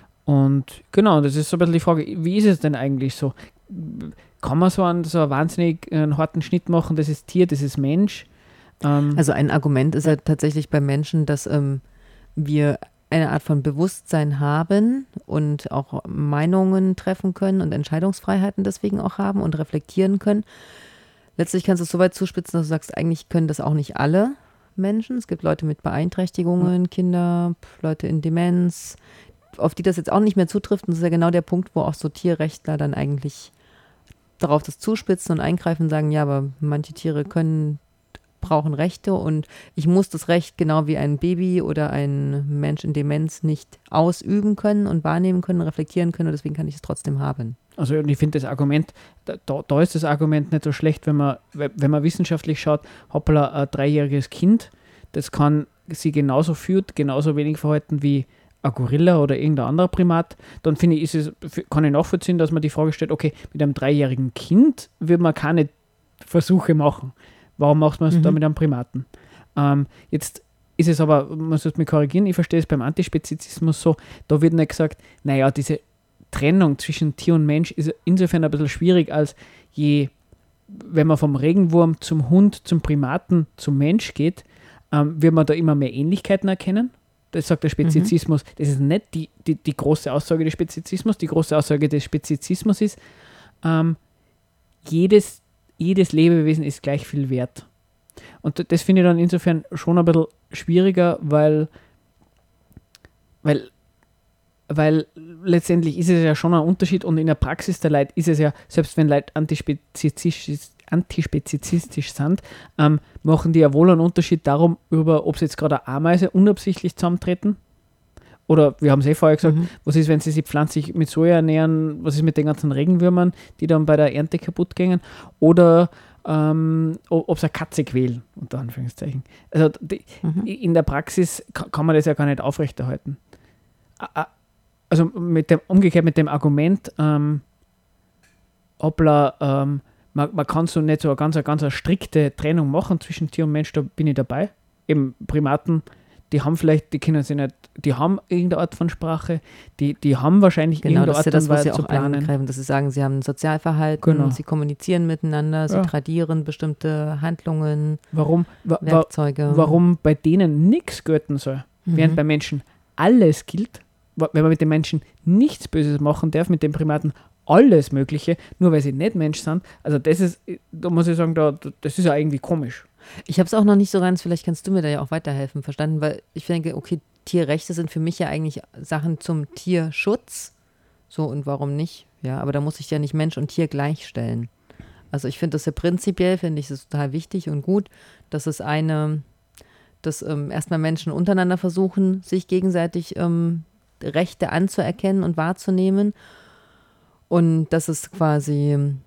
S1: Und genau, das ist so ein bisschen die Frage, wie ist es denn eigentlich so? Kann man so einen, so einen wahnsinnig äh, einen harten Schnitt machen, das ist Tier, das ist Mensch? Ähm,
S4: Also ein Argument ist ja tatsächlich bei Menschen, dass ähm, wir eine Art von Bewusstsein haben und auch Meinungen treffen können und Entscheidungsfreiheiten deswegen auch haben und reflektieren können. Letztlich kannst du es so weit zuspitzen, dass du sagst, eigentlich können das auch nicht alle Menschen. Es gibt Leute mit Beeinträchtigungen, Kinder, Leute in Demenz, auf die das jetzt auch nicht mehr zutrifft. Und das ist ja genau der Punkt, wo auch so Tierrechtler dann eigentlich darauf das zuspitzen und eingreifen und sagen, ja, aber manche Tiere können, brauchen Rechte und ich muss das Recht genau wie ein Baby oder ein Mensch in Demenz nicht ausüben können und wahrnehmen können, reflektieren können und deswegen kann ich es trotzdem haben.
S1: Also und ich finde das Argument, da, da da ist das Argument nicht so schlecht, wenn man, wenn man wissenschaftlich schaut, hoppla, ein dreijähriges Kind, das kann sich genauso führt, genauso wenig verhalten wie ein Gorilla oder irgendein anderer Primat, dann finde ich, ist es, kann ich nachvollziehen, dass man die Frage stellt, okay, mit einem dreijährigen Kind wird man keine Versuche machen. Warum macht man es
S4: Mhm.
S1: da mit einem Primaten? Ähm, jetzt ist es aber, man muss mich korrigieren, ich verstehe es beim Antispezizismus so, da wird nicht gesagt, naja, diese Trennung zwischen Tier und Mensch ist insofern ein bisschen schwierig, als je, wenn man vom Regenwurm zum Hund, zum Primaten, zum Mensch geht, ähm, wird man da immer mehr Ähnlichkeiten erkennen. Das sagt der Spezizismus. Mhm. Das ist nicht die, die, die große Aussage des Spezizismus. Die große Aussage des Spezizismus ist, ähm, jedes, jedes Lebewesen ist gleich viel wert. Und das finde ich dann insofern schon ein bisschen schwieriger, weil, weil, weil letztendlich ist es ja schon ein Unterschied und in der Praxis der Leute ist es ja, selbst wenn Leute antispezifisch antispezifistisch sind, ähm, machen die ja wohl einen Unterschied darum, über, ob sie jetzt gerade eine Ameise unabsichtlich zusammentreten Oder wir haben es eh vorher gesagt,
S4: Mhm.
S1: was ist, wenn sie sich pflanzlich mit Soja ernähren, was ist mit den ganzen Regenwürmern, die dann bei der Ernte kaputt gehen? Oder ähm, o- ob sie eine Katze quälen, unter Anführungszeichen. Also die,
S4: Mhm.
S1: in der Praxis ka- kann man das ja gar nicht aufrechterhalten. A- a- Also mit dem, umgekehrt mit dem Argument, ähm, hoppla, ähm, man, man kann so nicht so eine ganz, eine ganz eine strikte Trennung machen zwischen Tier und Mensch, da bin ich dabei. Eben Primaten, die haben vielleicht, die können sich nicht, die haben irgendeine Art von Sprache, die, die haben wahrscheinlich
S4: Genau,
S1: irgendeine
S4: das ist ja
S1: Art
S4: das,
S1: und
S4: was
S1: Weise
S4: sie
S1: zu
S4: auch
S1: planen.
S4: angreifen, dass sie sagen, sie haben ein Sozialverhalten,
S1: Genau.
S4: sie kommunizieren miteinander, sie
S1: Ja.
S4: tradieren bestimmte Handlungen,
S1: Warum, wa, wa,
S4: Werkzeuge.
S1: warum bei denen nichts gelten soll, während bei Menschen alles gilt, wa- wenn man mit den Menschen nichts Böses machen darf, mit den Primaten alles Mögliche, nur weil sie nicht Mensch sind. Also das ist, da muss ich sagen, da, das ist ja irgendwie komisch.
S4: Ich habe es auch noch nicht so ganz, vielleicht kannst du mir da ja auch weiterhelfen, verstanden, weil ich denke, okay, Tierrechte sind für mich ja eigentlich Sachen zum Tierschutz. So, und warum nicht? Ja, aber da muss ich ja nicht Mensch und Tier gleichstellen. Also ich finde das ja prinzipiell, finde ich es total wichtig und gut, dass es eine, dass ähm, erstmal Menschen untereinander versuchen, sich gegenseitig ähm, Rechte anzuerkennen und wahrzunehmen. Und dass es quasi ähm,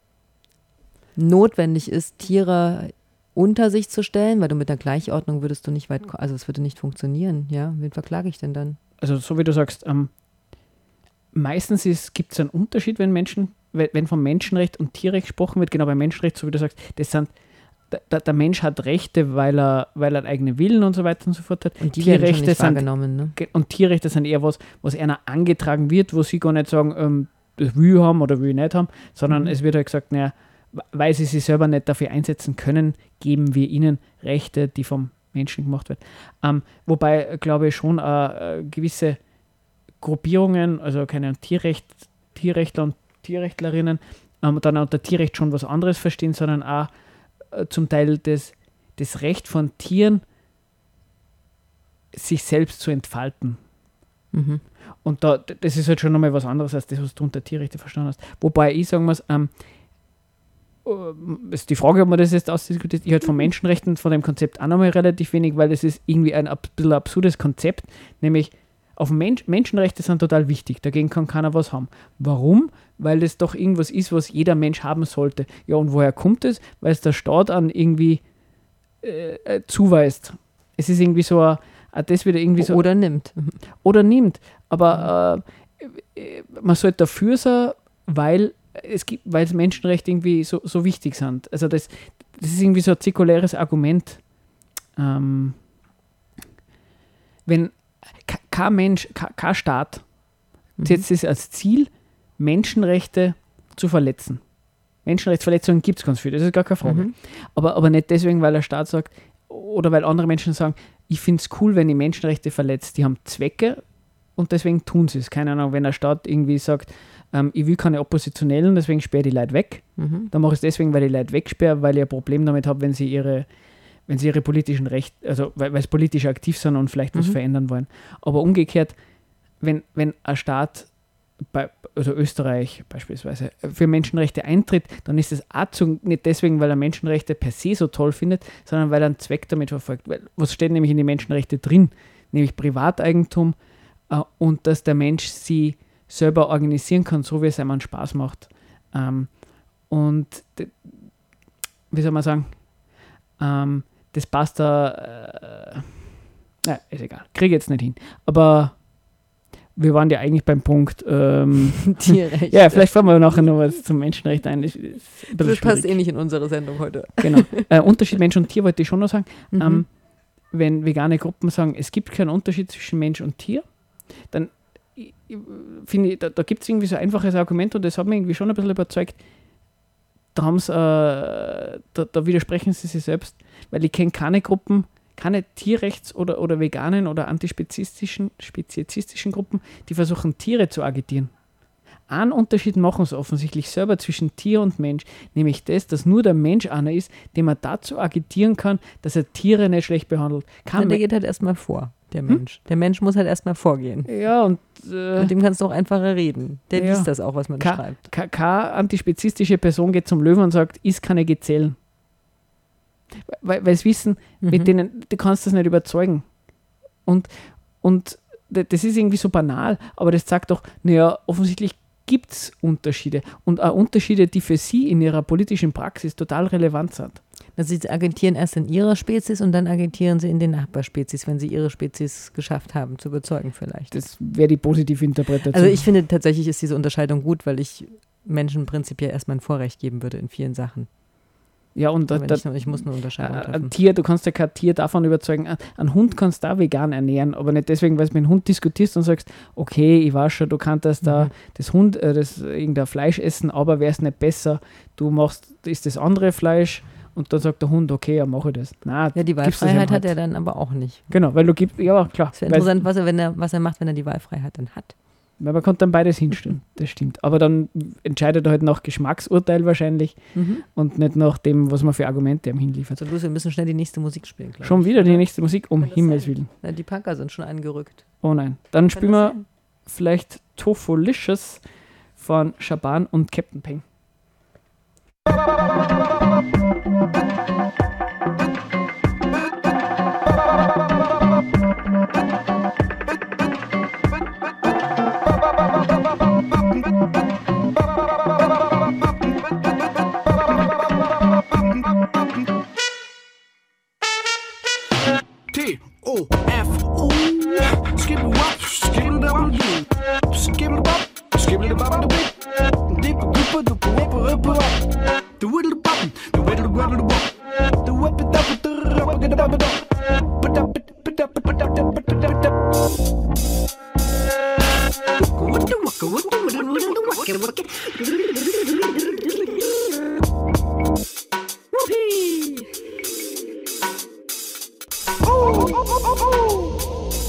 S4: notwendig ist, Tiere unter sich zu stellen, weil du mit der Gleichordnung würdest du nicht weit, ko- also es würde nicht funktionieren, ja. Wen verklage ich denn dann?
S1: Also so wie du sagst, ähm, meistens gibt es einen Unterschied, wenn Menschen, wenn, wenn vom Menschenrecht und Tierrecht gesprochen wird, genau beim Menschenrecht, so wie du sagst, das sind, der, der Mensch hat Rechte, weil er, weil er einen eigenen Willen und so weiter und so fort hat.
S4: Und die werden schon nicht
S1: sind,
S4: wahrgenommen, ne?
S1: Ge- Und Tierrechte sind eher was, was einer angetragen wird, wo sie gar nicht sagen, ähm, das will ich haben oder will ich nicht haben, sondern
S4: Mhm.
S1: es wird halt gesagt, naja, weil sie sich selber nicht dafür einsetzen können, geben wir ihnen Rechte, die vom Menschen gemacht werden. Ähm, wobei, äh, glaube ich, schon äh, äh, gewisse Gruppierungen, also keine Ahnung, Tierrecht, Tierrechtler und Tierrechtlerinnen, ähm, dann unter Tierrecht schon was anderes verstehen, sondern auch äh, zum Teil das, das Recht von Tieren, sich selbst zu entfalten.
S4: Mhm.
S1: Und da, das ist halt schon nochmal was anderes als das, was du unter Tierrechte verstanden hast. Wobei ich sagen muss, ähm, äh, ist die Frage, ob man das jetzt ausdiskutiert, ich halt von Menschenrechten, von dem Konzept auch nochmal relativ wenig, weil das ist irgendwie ein ab, bisschen absurdes Konzept, nämlich auf Mensch, Menschenrechte sind total wichtig, dagegen kann keiner was haben. Warum? Weil das doch irgendwas ist, was jeder Mensch haben sollte. Ja, und woher kommt es? Weil es der Staat an irgendwie äh, äh, zuweist. Es ist irgendwie so ein, ein das wieder irgendwie so
S4: Oder nimmt.
S1: oder nimmt. Aber äh, äh, man sollte dafür sein, weil es gibt, weil es Menschenrechte irgendwie so, so wichtig sind. Also das, das ist irgendwie so ein zirkuläres Argument. Ähm, wenn ke- kein Mensch, ke- kein Staat setzt es als Ziel, Menschenrechte zu verletzen. Menschenrechtsverletzungen gibt es ganz viele, das ist gar keine Frage.
S4: Mhm.
S1: Aber, aber nicht deswegen, weil der Staat sagt, oder weil andere Menschen sagen, ich finde es cool, wenn die Menschenrechte verletzt. Die haben Zwecke und deswegen tun sie es. Keine Ahnung, wenn der Staat irgendwie sagt, ähm, ich will keine Oppositionellen, deswegen sperre die Leute weg.
S4: Mhm.
S1: Dann mache ich es deswegen, weil ich Leute wegsperre, weil ich ein Problem damit habe, wenn sie ihre, wenn sie ihre politischen Rechte, also weil, weil sie politisch aktiv sind und vielleicht was
S4: Mhm.
S1: verändern wollen. Aber umgekehrt, wenn, wenn ein Staat, bei, also Österreich beispielsweise, für Menschenrechte eintritt, dann ist es auch zu, nicht deswegen, weil er Menschenrechte per se so toll findet, sondern weil er einen Zweck damit verfolgt. Weil, was steht nämlich in den Menschenrechten drin? Nämlich Privateigentum äh, und dass der Mensch sie selber organisieren kann, so wie es einem Spaß macht. Ähm, und d- wie soll man sagen, ähm, das passt da, äh, na, ist egal, kriege ich jetzt nicht hin. Aber wir waren ja eigentlich beim Punkt, ähm,
S4: Tierrechte.
S1: ja, vielleicht fahren wir nachher noch was zum Menschenrecht ein. Das, ist ein bisschen
S4: Das passt
S1: schwierig.
S4: eh nicht in unsere Sendung heute.
S1: Genau. Äh, Unterschied Mensch und Tier wollte ich schon noch sagen.
S4: Mhm.
S1: Ähm, wenn vegane Gruppen sagen, es gibt keinen Unterschied zwischen Mensch und Tier, dann ich- ich finde ich, da, da gibt es irgendwie so ein einfaches Argument und das hat mich irgendwie schon ein bisschen überzeugt. Da, haben's, äh, da, da widersprechen sie sich selbst, weil ich kenne keine Gruppen, keine Tierrechts- oder, oder veganen oder antispezifistischen speziesistischen Gruppen, die versuchen, Tiere zu agitieren. Einen Unterschied machen sie offensichtlich selber zwischen Tier und Mensch, nämlich das, dass nur der Mensch einer ist, den man dazu agitieren kann, dass er Tiere nicht schlecht behandelt. Kann
S4: Und der geht halt erstmal vor, der Mensch. Der Mensch muss halt erstmal vorgehen.
S1: ja, und äh,
S4: Mit dem kannst du auch einfacher reden. Der
S1: Ja.
S4: liest das auch, was man
S1: Ka-
S4: schreibt.
S1: ka- keine antispezistische Person geht zum Löwen und sagt, ist keine Gezellen. Weil, weil sie wissen,
S4: Mhm.
S1: mit denen, du kannst das nicht überzeugen. Und, und d- das ist irgendwie so banal, aber das sagt doch, naja, offensichtlich gibt es Unterschiede und auch Unterschiede, die für sie in ihrer politischen Praxis total relevant sind.
S4: Also sie agitieren erst in ihrer Spezies und dann agitieren sie in den Nachbarspezies, wenn sie ihre Spezies geschafft haben, zu überzeugen vielleicht.
S1: Das wäre die positive Interpretation.
S4: Also ich finde tatsächlich ist diese Unterscheidung gut, weil ich Menschen prinzipiell erstmal ein Vorrecht geben würde in vielen Sachen.
S1: Ja, und da,
S4: Aber
S1: da,
S4: nicht nur, ich muss eine Unterscheidung
S1: ein
S4: treffen.
S1: Tier, du kannst ja kein Tier davon überzeugen, ein- ein Hund kannst du auch vegan ernähren, aber nicht deswegen, weil du mit dem Hund diskutierst und sagst, okay, ich weiß schon, du kannst da
S4: Mhm.
S1: das Hund, äh, das irgendein Fleisch essen, aber wäre es nicht besser, du machst, ist das andere Fleisch und dann sagt der Hund, okay, ja, mache ich das. Nein,
S4: Ja, die
S1: gibst das ihm
S4: Wahlfreiheit
S1: halt.
S4: hat er dann aber auch nicht.
S1: Genau, weil du gibst, ja, klar.
S4: Es wäre
S1: weil-
S4: interessant, was er, wenn er, was er macht, wenn er die Wahlfreiheit dann hat.
S1: Weil man kann dann beides hinstellen, das stimmt. Aber dann entscheidet er halt nach Geschmacksurteil wahrscheinlich
S4: Mhm.
S1: und nicht nach dem, was man für Argumente ihm hinliefert.
S4: So, Lucy, wir müssen schnell die nächste Musik spielen, glaube
S1: Schon
S4: ich.
S1: wieder die nächste Musik, um
S4: Kann das
S1: Himmels
S4: sein?
S1: Willen.
S4: Ja, die Punker sind schon angerückt.
S1: Oh nein. Dann spielen
S4: das
S1: wir
S4: sein?
S1: vielleicht Tofolicious von Shaban und Captain Peng.
S6: T O F O Skibble wop, skibble double do Skibble bop, skibble bop the Dip doopa doopa wippa wippa The whittle bop, the whittle whittle wop The whip it up, the rubber get up, but up, but up, but up, but up, but up, but up. What the waka, what the what the what the waka, Whoopee! Oh, oh, oh, oh, oh.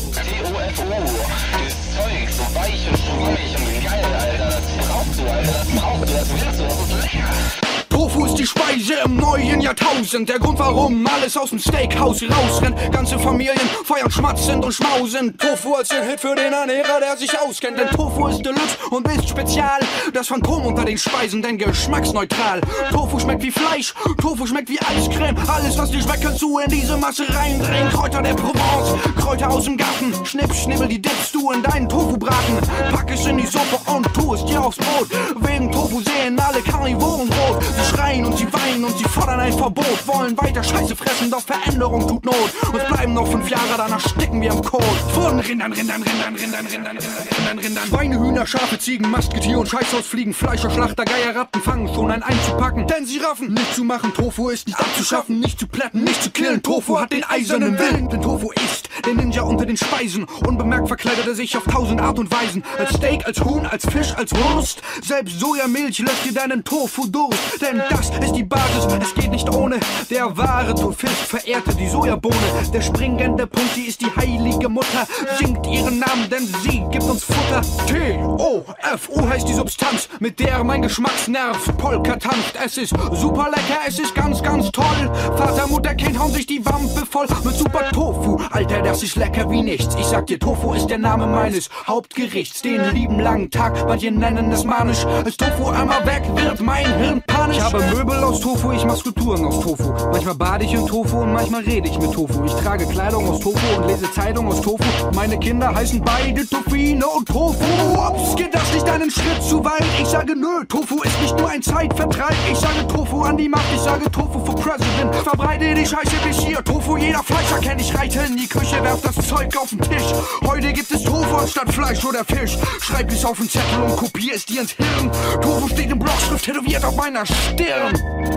S3: T O F O. Dieses Zeug, so weich und schwammig und geil, Alter. Das brauchst du, Alter. Das brauchst du, das willst du, das ist lecker.
S6: Tofu ist die Speise im neuen Jahrtausend. Der Grund, warum alles aus dem Steakhouse rausrennt. Ganze Familien feiern schmatzend und schmausend. Tofu als den Hit für den Ernährer, der sich auskennt. Denn Tofu ist Deluxe und ist spezial. Das Phantom unter den Speisen, denn geschmacksneutral. Tofu schmeckt wie Fleisch, Tofu schmeckt wie Eiscreme. Alles, was dir schmeckt, kannst du in diese Masse reindrehen. Kräuter der Provence, Kräuter aus dem Garten. Schnipp, schnibbel, die dippst du in deinen Tofu-Braten. Pack es in die Suppe und tu es dir aufs Brot. Wegen Tofu sehen alle Karnivoren rot. Sie schreien und sie weinen und sie fordern ein Verbot. Wollen weiter Scheiße fressen, doch Veränderung tut Not. Uns bleiben noch fünf Jahre, danach sticken wir im Kot. Von Rindern, Rindern, Rindern, Rindern, Rindern, Rindern, Rindern. Schweine, Hühner, Schafe, Ziegen, Mastgetier und Scheißhausfliegen. Fleischer, Schlachter, Geier, Ratten fangen schon ein einzupacken. Denn sie raffen, nicht zu machen, Tofu ist nicht abzuschaffen. Nicht zu plätten, nicht zu killen, Tofu hat den eisernen Willen. Denn Tofu ist der Ninja unter den Speisen. Unbemerkt verkleidet er sich auf tausend Art und Weisen. Als Steak, als Huhn, als Fisch, als Wurst. Selbst Sojamilch löscht dir deinen Tofu durch. Denn das ist die Basis, es geht nicht ohne. Der wahre Tofist verehrte die Sojabohne. Der springende Punkt, sie ist die heilige Mutter. Singt ihren Namen, denn sie gibt uns Futter. T O F U heißt die Substanz, mit der mein Geschmacksnerv Polka tanzt. Es ist super lecker, es ist ganz, ganz toll. Vater, Mutter, Kind hauen sich die Wampe voll mit super Tofu. Alter, das ist lecker wie nichts. Ich sag dir, Tofu ist der Name meines Hauptgerichts. Den lieben langen Tag, manche nennen es manisch. Als Tofu einmal weg wird mein Hirn panisch. Ich habe Möbel aus Tofu, ich mach Skulpturen aus Tofu. Manchmal bade ich in Tofu und manchmal rede ich mit Tofu. Ich trage Kleidung aus Tofu und lese Zeitung aus Tofu. Meine Kinder heißen beide Tofino und Tofu. Ups, geht das nicht einen Schritt zu weit? Ich sage nö, Tofu ist nicht nur ein Zeitvertreib. Ich sage Tofu an die Macht, ich sage Tofu for President. Verbreite die Scheiße bis hier. Tofu, jeder Fleischer kennt. Ich reite in die Küche, werf das Zeug auf den Tisch. Heute gibt es Tofu anstatt Fleisch oder Fisch. Schreib es auf den Zettel und kopier es dir ins Hirn. Tofu steht in Blockschrift tätowiert auf meiner Stirn.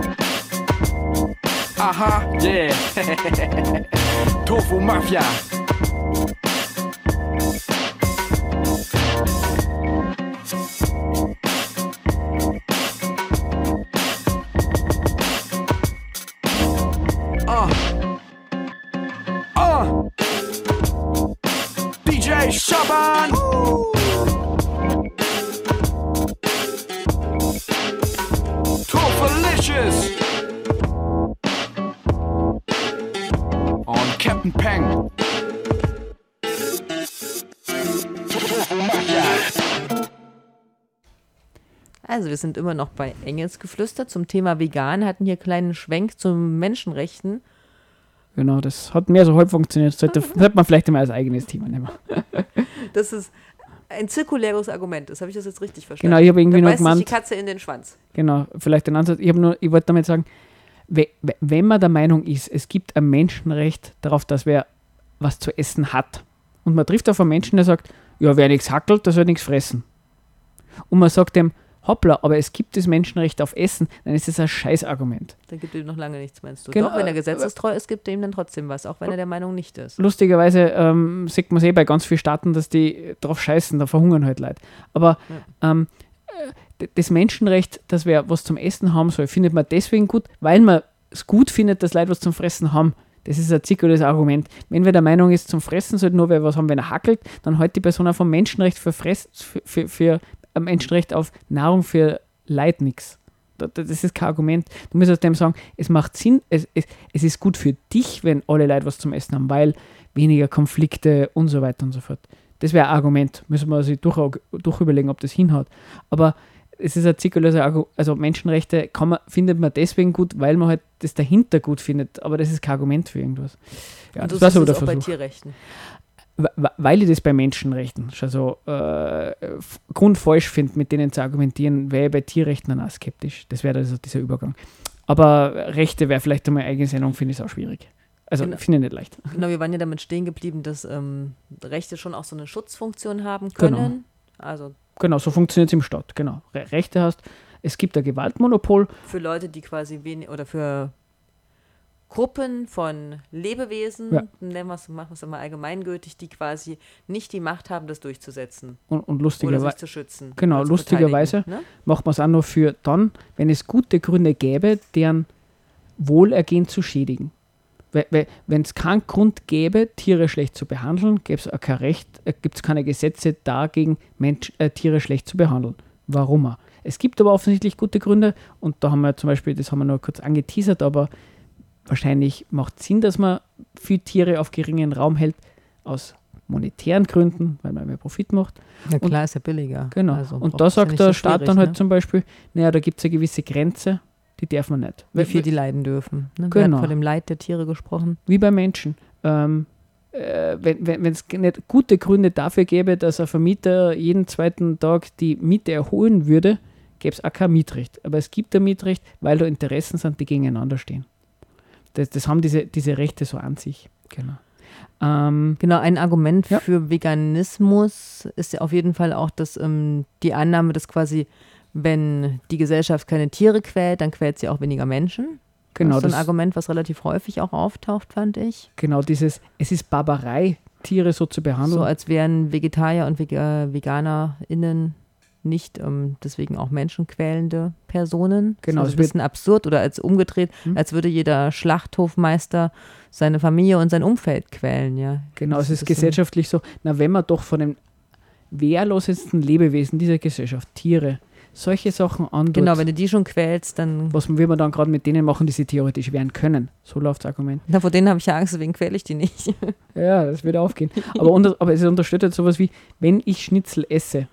S6: Aha, yeah. Tofu Mafia. Ah. Ah. D J Shaban. Tofolicious. Und Captain Peng.
S4: Also wir sind immer noch bei Engelsgeflüster zum Thema Vegan, hatten hier einen kleinen Schwenk zu Menschenrechten.
S1: Genau, das hat mehr so halb funktioniert. Sollte, sollte man vielleicht immer als eigenes Thema nehmen.
S4: Das ist ein zirkuläres Argument. Das habe ich das jetzt richtig verstanden.
S1: Genau, ich habe irgendwie
S4: da
S1: nur
S4: beißt sich
S1: gemeint,
S4: die Katze in den Schwanz.
S1: genau, vielleicht den Ansatz, ich, hab nur, ich wollte damit sagen, we- we- wenn man der Meinung ist, es gibt ein Menschenrecht darauf, dass wer was zu essen hat und man trifft auf einen Menschen, der sagt, ja, wer nichts hackelt, der soll nichts fressen. Und man sagt dem, hoppla, aber es gibt das Menschenrecht auf Essen, dann ist das ein Scheißargument.
S4: Dann gibt er ihm noch lange nichts, meinst du?
S1: Genau,
S4: Doch, wenn er gesetzestreu ist, gibt er ihm dann trotzdem was, auch wenn er der Meinung nicht ist.
S1: Lustigerweise ähm, sieht man es eh bei ganz vielen Staaten, dass die drauf scheißen, da verhungern halt Leute. Aber
S4: Ja.
S1: ähm, äh, das Menschenrecht, dass wer was zum Essen haben soll, findet man deswegen gut, weil man es gut findet, dass Leute was zum Fressen haben. Das ist ein zirkuläres Argument. Wenn wer der Meinung ist, zum Fressen sollte nur wer was haben, wenn er hackelt, dann hält die Person auch vom Menschenrecht für, Fress, für, für, für ein Menschenrecht auf Nahrung für Leid nichts. Das ist kein Argument. Du musst dem sagen, es macht Sinn, es, es, es ist gut für dich, wenn alle Leute was zum Essen haben, weil weniger Konflikte und so weiter und so fort. Das wäre ein Argument. Müssen wir sich durch, durch überlegen, ob das hinhaut. Aber es ist ein zirkuläres Argument. Also Menschenrechte kann man, findet man deswegen gut, weil man halt das dahinter gut findet. Aber das ist kein Argument für irgendwas. Ja,
S4: Und
S1: das
S4: du
S1: war
S4: siehst
S1: so
S4: es
S1: der
S4: auch bei
S1: Versuch.
S4: Tierrechten.
S1: Wa- Weil ich das bei Menschenrechten schon so äh, f- grundfalsch finde, mit denen zu argumentieren, wäre ich bei Tierrechten dann auch skeptisch. Das wäre also dieser Übergang. Aber Rechte wäre vielleicht einmal eine eigene Sendung, finde ich auch schwierig. Also
S4: Genau.
S1: finde ich nicht leicht.
S4: Genau, wir waren ja damit stehen geblieben, dass ähm, Rechte schon auch so eine Schutzfunktion haben können.
S1: Genau.
S4: Also
S1: Genau, so funktioniert es im Staat. Genau. Re- Rechte hast, es gibt ein Gewaltmonopol.
S4: für Leute, die quasi wenig oder für Gruppen von Lebewesen,
S1: Ja.
S4: nennen wir es, machen wir es mal allgemeingültig, die quasi nicht die Macht haben, das durchzusetzen
S1: Und, und
S4: oder
S1: lustigerweise
S4: sich zu schützen.
S1: Genau,
S4: oder zu
S1: lustigerweise.
S4: verteidigen, ne?
S1: macht man es auch nur für dann, wenn es gute Gründe gäbe, deren Wohlergehen zu schädigen. Wenn es keinen Grund gäbe, Tiere schlecht zu behandeln, gäbe es auch kein Recht, äh, gibt es keine Gesetze dagegen, Mensch, äh, Tiere schlecht zu behandeln. Warum auch? Es gibt aber offensichtlich gute Gründe und da haben wir zum Beispiel, das haben wir nur kurz angeteasert, aber wahrscheinlich macht es Sinn, dass man viele Tiere auf geringen Raum hält, aus monetären Gründen, weil man mehr Profit macht.
S4: Ja klar, ist ja billiger.
S1: Genau.
S4: Also
S1: und
S4: braucht
S1: da
S4: es ja
S1: sagt
S4: nicht
S1: der
S4: so
S1: Staat
S4: schwierig,
S1: dann halt
S4: ne?
S1: zum Beispiel, naja, da gibt es eine gewisse Grenze, die darf man nicht.
S4: Wie viel die leiden dürfen. Ne? Wir
S1: Genau.
S4: hatten von dem Leid der Tiere gesprochen.
S1: Wie bei Menschen. Ähm, äh, wenn es nicht gute Gründe dafür gäbe, dass ein Vermieter jeden zweiten Tag die Miete erholen würde, gäbe es auch kein Mietrecht. Aber es gibt ein Mietrecht, weil da Interessen sind, die gegeneinander stehen. Das, das haben diese, diese Rechte so an sich. Genau. Ähm,
S4: Genau, ein Argument
S1: Ja.
S4: für Veganismus ist ja auf jeden Fall auch, dass ähm, die Annahme, dass quasi, wenn die Gesellschaft keine Tiere quält, dann quält sie auch weniger Menschen.
S1: genau,
S4: das ist so ein
S1: das,
S4: Argument, was relativ häufig auch auftaucht, fand ich.
S1: genau dieses, es ist Barbarei, Tiere so zu behandeln.
S4: So als wären Vegetarier und Vega- VeganerInnen nicht ähm, deswegen auch menschenquälende Personen.
S1: Genau,
S4: Das ist
S1: es
S4: ein bisschen absurd oder als umgedreht,
S1: Hm.
S4: als würde jeder Schlachthofmeister seine Familie und sein Umfeld quälen, ja.
S1: Genau,
S4: Das
S1: es ist
S4: so-
S1: gesellschaftlich so, na wenn man doch von den wehrlosesten Lebewesen dieser Gesellschaft, Tiere, solche Sachen antut,
S4: Genau, wenn du die schon quälst, dann.
S1: was will man dann gerade mit denen machen, die sie theoretisch wehren können? So läuft das Argument.
S4: Na, vor denen habe ich ja Angst, deswegen quäle ich die nicht.
S1: Ja, das wird aufgehen. Aber, unter, aber es unterstützt halt sowas wie, wenn ich Schnitzel esse,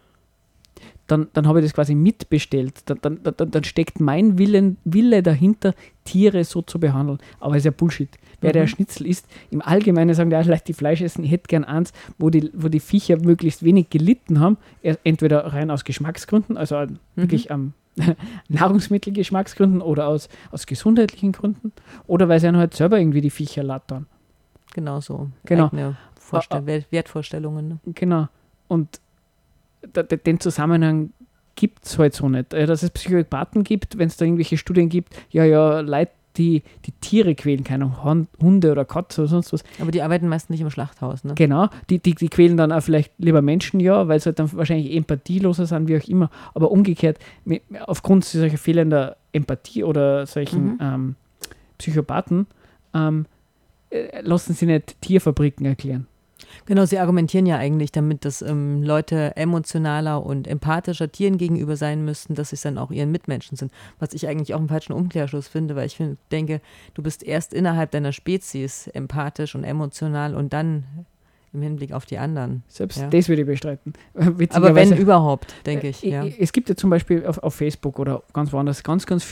S1: dann, dann habe ich das quasi mitbestellt. Dann, dann, dann, dann steckt mein Willen, Wille dahinter, Tiere so zu behandeln. Aber es ist ja Bullshit. Wer der
S4: Mhm.
S1: Schnitzel isst, im Allgemeinen sagen die auch leicht die Fleisch essen, ich hätte gern eins, wo die, wo die Viecher möglichst wenig gelitten haben. Er- Entweder rein aus Geschmacksgründen, also an- wirklich am Nahrungsmittelgeschmacksgründen oder aus, aus gesundheitlichen Gründen. Oder weil sie dann halt selber irgendwie die Viecher lattern.
S4: Genau so.
S1: Genau.
S4: Eigene Vorstell-
S1: Ah, ah.
S4: Wert- Wertvorstellungen. Ne?
S1: Genau. Und da, da, den Zusammenhang gibt es halt so nicht. Äh, Dass es Psychopathen gibt, wenn es da irgendwelche Studien gibt, ja, ja, Leute, die die Tiere quälen, keine Ahnung, Hunde oder Katze oder sonst was.
S4: Aber die arbeiten meistens nicht im Schlachthaus, ne?
S1: Genau, die, die, die quälen dann auch vielleicht lieber Menschen, ja, weil sie halt dann wahrscheinlich empathieloser sind, wie auch immer. Aber umgekehrt, mit, aufgrund solcher fehlender Empathie oder solchen
S4: Mhm.
S1: ähm, Psychopathen, ähm, äh, lassen sie nicht Tierfabriken erklären.
S4: Genau, sie argumentieren ja eigentlich damit, dass ähm, Leute emotionaler und empathischer Tieren gegenüber sein müssten, dass sie es dann auch ihren Mitmenschen sind. Was ich eigentlich auch einen falschen Umkehrschluss finde, weil ich find, denke, du bist erst innerhalb deiner Spezies empathisch und emotional und dann im Hinblick auf die anderen.
S1: Selbst
S4: Ja.
S1: das würde ich bestreiten.
S4: Aber
S1: Witzigerweise-
S4: wenn überhaupt, denke ich,
S1: Äh,
S4: ja.
S1: Es gibt ja zum Beispiel auf, auf Facebook oder ganz woanders ganz, ganz viel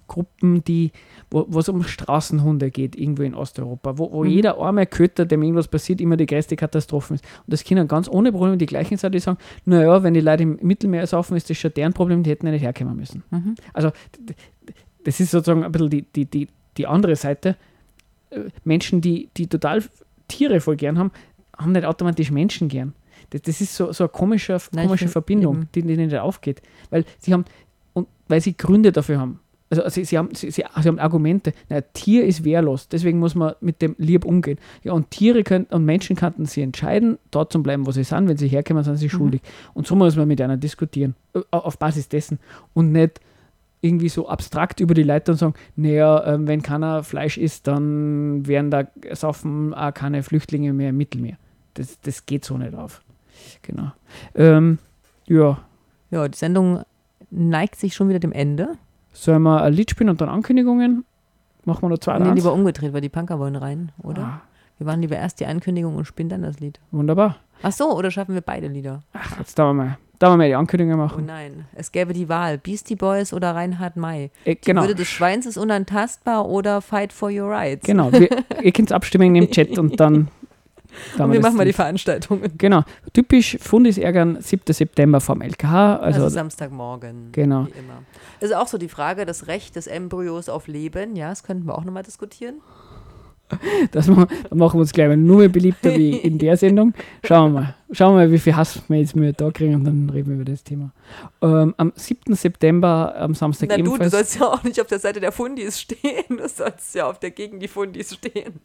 S1: Gruppen, die, wo es um Straßenhunde geht, irgendwo in Osteuropa, wo, wo
S4: Mhm.
S1: jeder arme Köter, dem irgendwas passiert, immer die größte Katastrophe ist. Und das können ganz ohne Probleme die gleichen sein, die sagen, naja, wenn die Leute im Mittelmeer saufen, ist das schon deren Problem, die hätten ja nicht herkommen müssen.
S4: Mhm.
S1: Also d- d- das ist sozusagen ein bisschen die, die, die, die andere Seite. Äh, Menschen, die, die total Tiere voll gern haben, haben nicht automatisch Menschen gern. Das, das ist so, so eine komische,
S4: Nein, ich
S1: komische
S4: find-
S1: Verbindung,
S4: eben.
S1: die, die nicht aufgeht. Weil sie haben, und weil sie Gründe dafür haben. Also sie, sie, haben, sie, sie, sie haben Argumente. Na, ein Tier ist wehrlos, deswegen muss man mit dem lieb umgehen. Ja, und Tiere können, und Menschen könnten sie entscheiden, dort zu bleiben, wo sie sind. Wenn sie herkommen, sind sie schuldig. Und so muss man mit einer diskutieren, äh, auf Basis dessen. Und nicht irgendwie so abstrakt über die Leute und sagen, naja, ähm, wenn keiner Fleisch isst, dann werden da saufen auch keine Flüchtlinge mehr im Mittelmeer. Das, das geht so nicht auf. Genau. Ähm, ja,
S4: Ja, die Sendung neigt sich schon wieder dem Ende.
S1: sollen wir ein Lied spielen und dann Ankündigungen? Machen wir noch zwei oder
S4: Nee,
S1: eins?
S4: lieber umgedreht, weil die Punker wollen rein, oder?
S1: Ah,
S4: Wir machen lieber erst die Ankündigung und spielen dann das Lied.
S1: wunderbar.
S4: Ach so, oder schaffen wir beide Lieder?
S1: Ach, jetzt da wir mal, da wir mal die Ankündigungen
S4: Oh
S1: machen.
S4: nein, es gäbe die Wahl, Beastie Boys oder Reinhard May.
S1: Äh,
S4: Die
S1: genau,
S4: Würde des Schweins ist unantastbar oder Fight for Your Rights.
S1: genau. Wir, ihr könnt abstimmen im Chat und dann... dann
S4: Und wir
S1: das
S4: machen mal die
S1: Lied.
S4: Veranstaltungen.
S1: Genau. Typisch Fundis ärgern, siebter September vom L K H.
S4: Also,
S1: Also,
S4: Samstagmorgen.
S1: genau.
S4: Wie immer. Das ist auch so die Frage, das Recht des Embryos auf Leben. Ja, das könnten wir auch nochmal diskutieren.
S1: das ma- da machen wir uns gleich mal nur mehr beliebter wie in der Sendung. Schauen wir mal. Schauen wir mal, wie viel Hass wir jetzt mehr da kriegen und dann reden wir über das Thema. Ähm, am siebten September, am Samstag
S4: Na du, du
S1: ebenfalls.
S4: sollst ja auch nicht auf der Seite der Fundis stehen. Du sollst ja auf der gegen die Fundis stehen.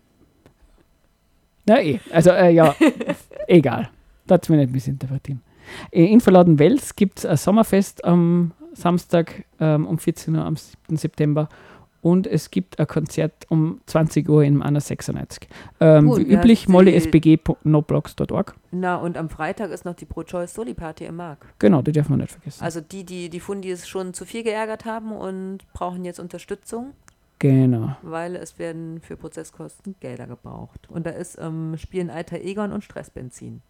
S1: Na eh, also äh, ja, egal. Das mir nicht missinterpretieren. Äh, In Verladen Wels gibt es ein Sommerfest am Samstag ähm, um vierzehn Uhr am siebten September und es gibt ein Konzert um zwanzig Uhr im Anna sechsundneunzig. Ähm,
S4: Gut,
S1: wie
S4: ja,
S1: üblich,
S4: die-
S1: molly s b g punkt noblogs punkt org.
S4: Na, und am Freitag ist noch die Pro-Choice-Soli-Party im Mark.
S1: Genau, die dürfen wir nicht vergessen.
S4: Also die, die die Fundis schon zu viel geärgert haben und brauchen jetzt Unterstützung,
S1: Genau.
S4: weil es werden für Prozesskosten Gelder gebraucht. Und da ist ähm, Spielen Alter Egon und Stressbenzin.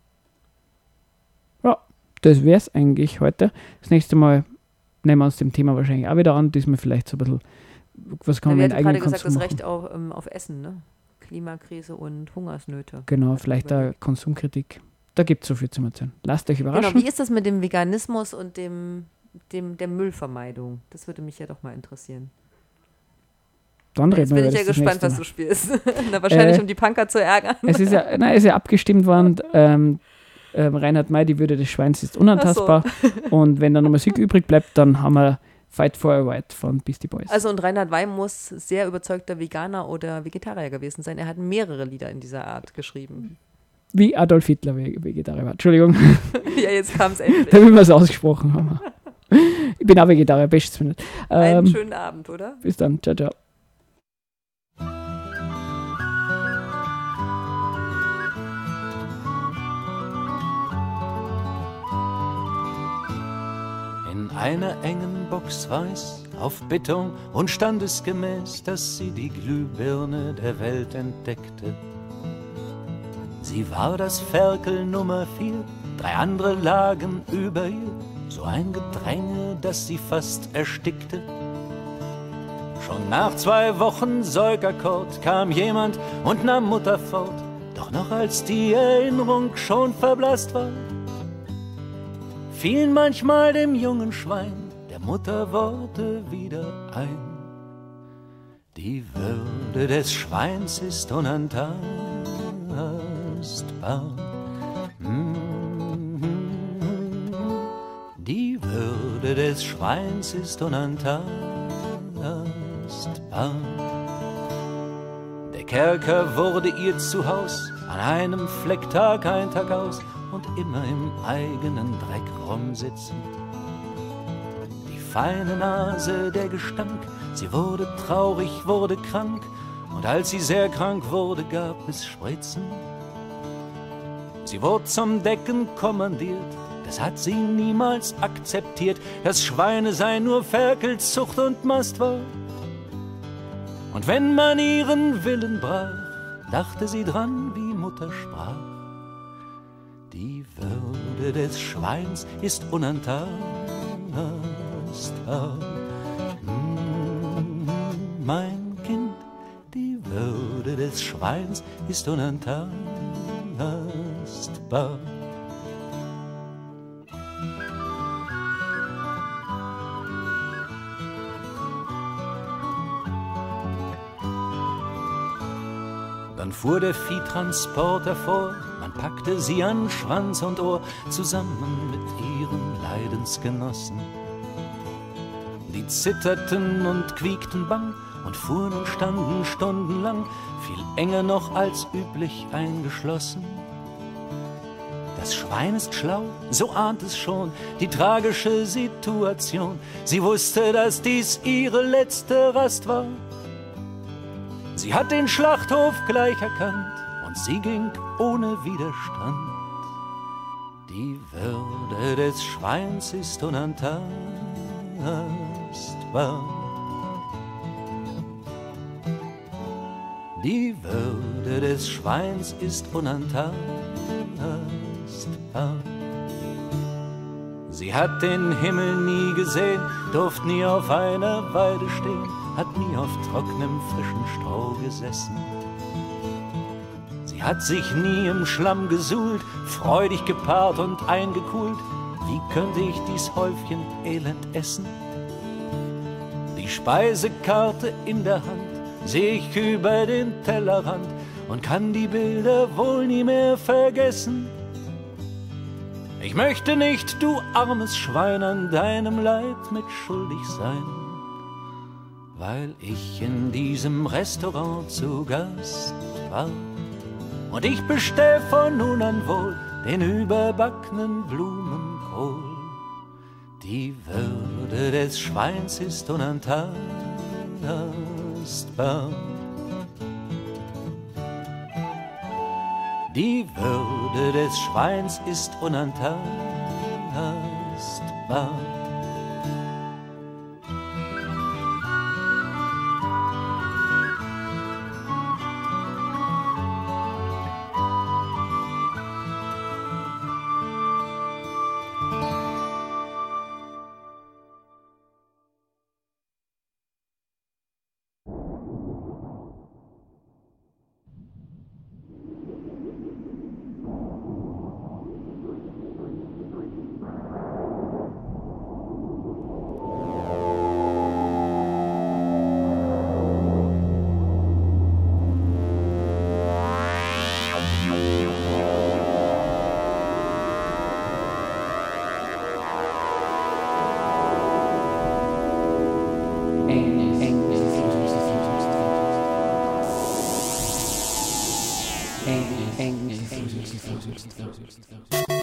S1: Ja, das wäre es eigentlich heute. Das nächste Mal nehmen wir uns dem Thema wahrscheinlich auch wieder an. Diesmal vielleicht so ein bisschen, was kann
S4: Ja,
S1: man
S4: wir
S1: mit
S4: hatten gerade
S1: eigenen
S4: gesagt,
S1: Konsum
S4: das
S1: machen.
S4: Recht auf, ähm, auf Essen, ne? Klimakrise und Hungersnöte.
S1: Genau,
S4: Hat
S1: vielleicht
S4: überlegt.
S1: eine Konsumkritik. Da gibt es so viel zu erzählen. Lasst euch überraschen.
S4: Genau, wie ist das mit dem Veganismus und dem, dem der Müllvermeidung? Das würde mich ja doch mal interessieren.
S1: Dann
S4: Jetzt
S1: reden wir
S4: bin
S1: über
S4: ich ja
S1: das das
S4: gespannt,
S1: nächste
S4: was
S1: Mal.
S4: du spielst. Na, wahrscheinlich,
S1: Äh,
S4: um die Punker zu ärgern.
S1: Es ist ja, nein, es ist ja abgestimmt worden. ähm, ähm, Reinhard May, die Würde des Schweins ist unantastbar. Und wenn da noch Musik übrig bleibt, dann haben wir Fight for a Right von Beastie Boys.
S4: Also und Reinhard May muss sehr überzeugter Veganer oder Vegetarier gewesen sein. Er hat mehrere Lieder in dieser Art geschrieben.
S1: Wie Adolf Hitler Ve- Vegetarier war. Entschuldigung,
S4: Ja, jetzt kam es endlich.
S1: damit wir es ausgesprochen haben. Ich bin auch Vegetarier, bestes mir nicht.
S4: Einen
S1: Ähm,
S4: schönen Abend, oder?
S1: bis dann, ciao, ciao.
S7: In einer engen Box weiß auf Beton und standesgemäß, dass sie die Glühbirne der Welt entdeckte. Sie war das Ferkel Nummer vier, drei andere lagen über ihr, so ein Gedränge, dass sie fast erstickte. Schon nach zwei Wochen Säugerkord kam jemand und nahm Mutter fort, doch noch als die Erinnerung schon verblasst war, fielen manchmal dem jungen Schwein der Mutter Worte wieder ein. Die Würde des Schweins ist unantastbar. Mhm. Die Würde des Schweins ist unantastbar. Der Kerker wurde ihr Zuhaus, an einem Fleck Tag ein Tag aus und immer im eigenen Dreck rumsitzen. Die feine Nase, der Gestank, sie wurde traurig, wurde krank, und als sie sehr krank wurde, gab es Spritzen. Sie wurde zum Decken kommandiert, das hat sie niemals akzeptiert, dass Schweine sei nur Ferkelzucht und Mastwahl. Und wenn man ihren Willen brach, dachte sie dran, wie Mutter sprach. Die Würde des Schweins ist unantastbar. Mhm. mein Kind, die Würde des Schweins ist unantastbar. Dann fuhr der Viehtransporter vor, man packte sie an Schwanz und Ohr, zusammen mit ihren Leidensgenossen. Die zitterten und quiekten bang und fuhren und standen stundenlang, viel enger noch als üblich eingeschlossen. Das Schwein ist schlau, so ahnt es schon die tragische Situation. Sie wusste, dass dies ihre letzte Rast war. Sie hat den Schlachthof gleich erkannt und sie ging ohne Widerstand. Die Würde des Schweins ist unantastbar. Die Würde des Schweins ist unantastbar. Sie hat den Himmel nie gesehen, durfte nie auf einer Weide stehen, hat nie auf trockenem, frischen Stroh gesessen. Sie hat sich nie im Schlamm gesuhlt, freudig gepaart und eingekühlt. Wie könnte ich dies Häufchen Elend essen? Die Speisekarte in der Hand, seh ich über den Tellerrand und kann die Bilder wohl nie mehr vergessen. Ich möchte nicht, du armes Schwein, an deinem Leid mit schuldig sein, weil ich in diesem Restaurant zu Gast war. Und ich bestell von nun an wohl den überbackenen Blumenkohl. Die Würde des Schweins ist unantastbar. Die Würde des Schweins ist unantastbar.
S1: Englisch.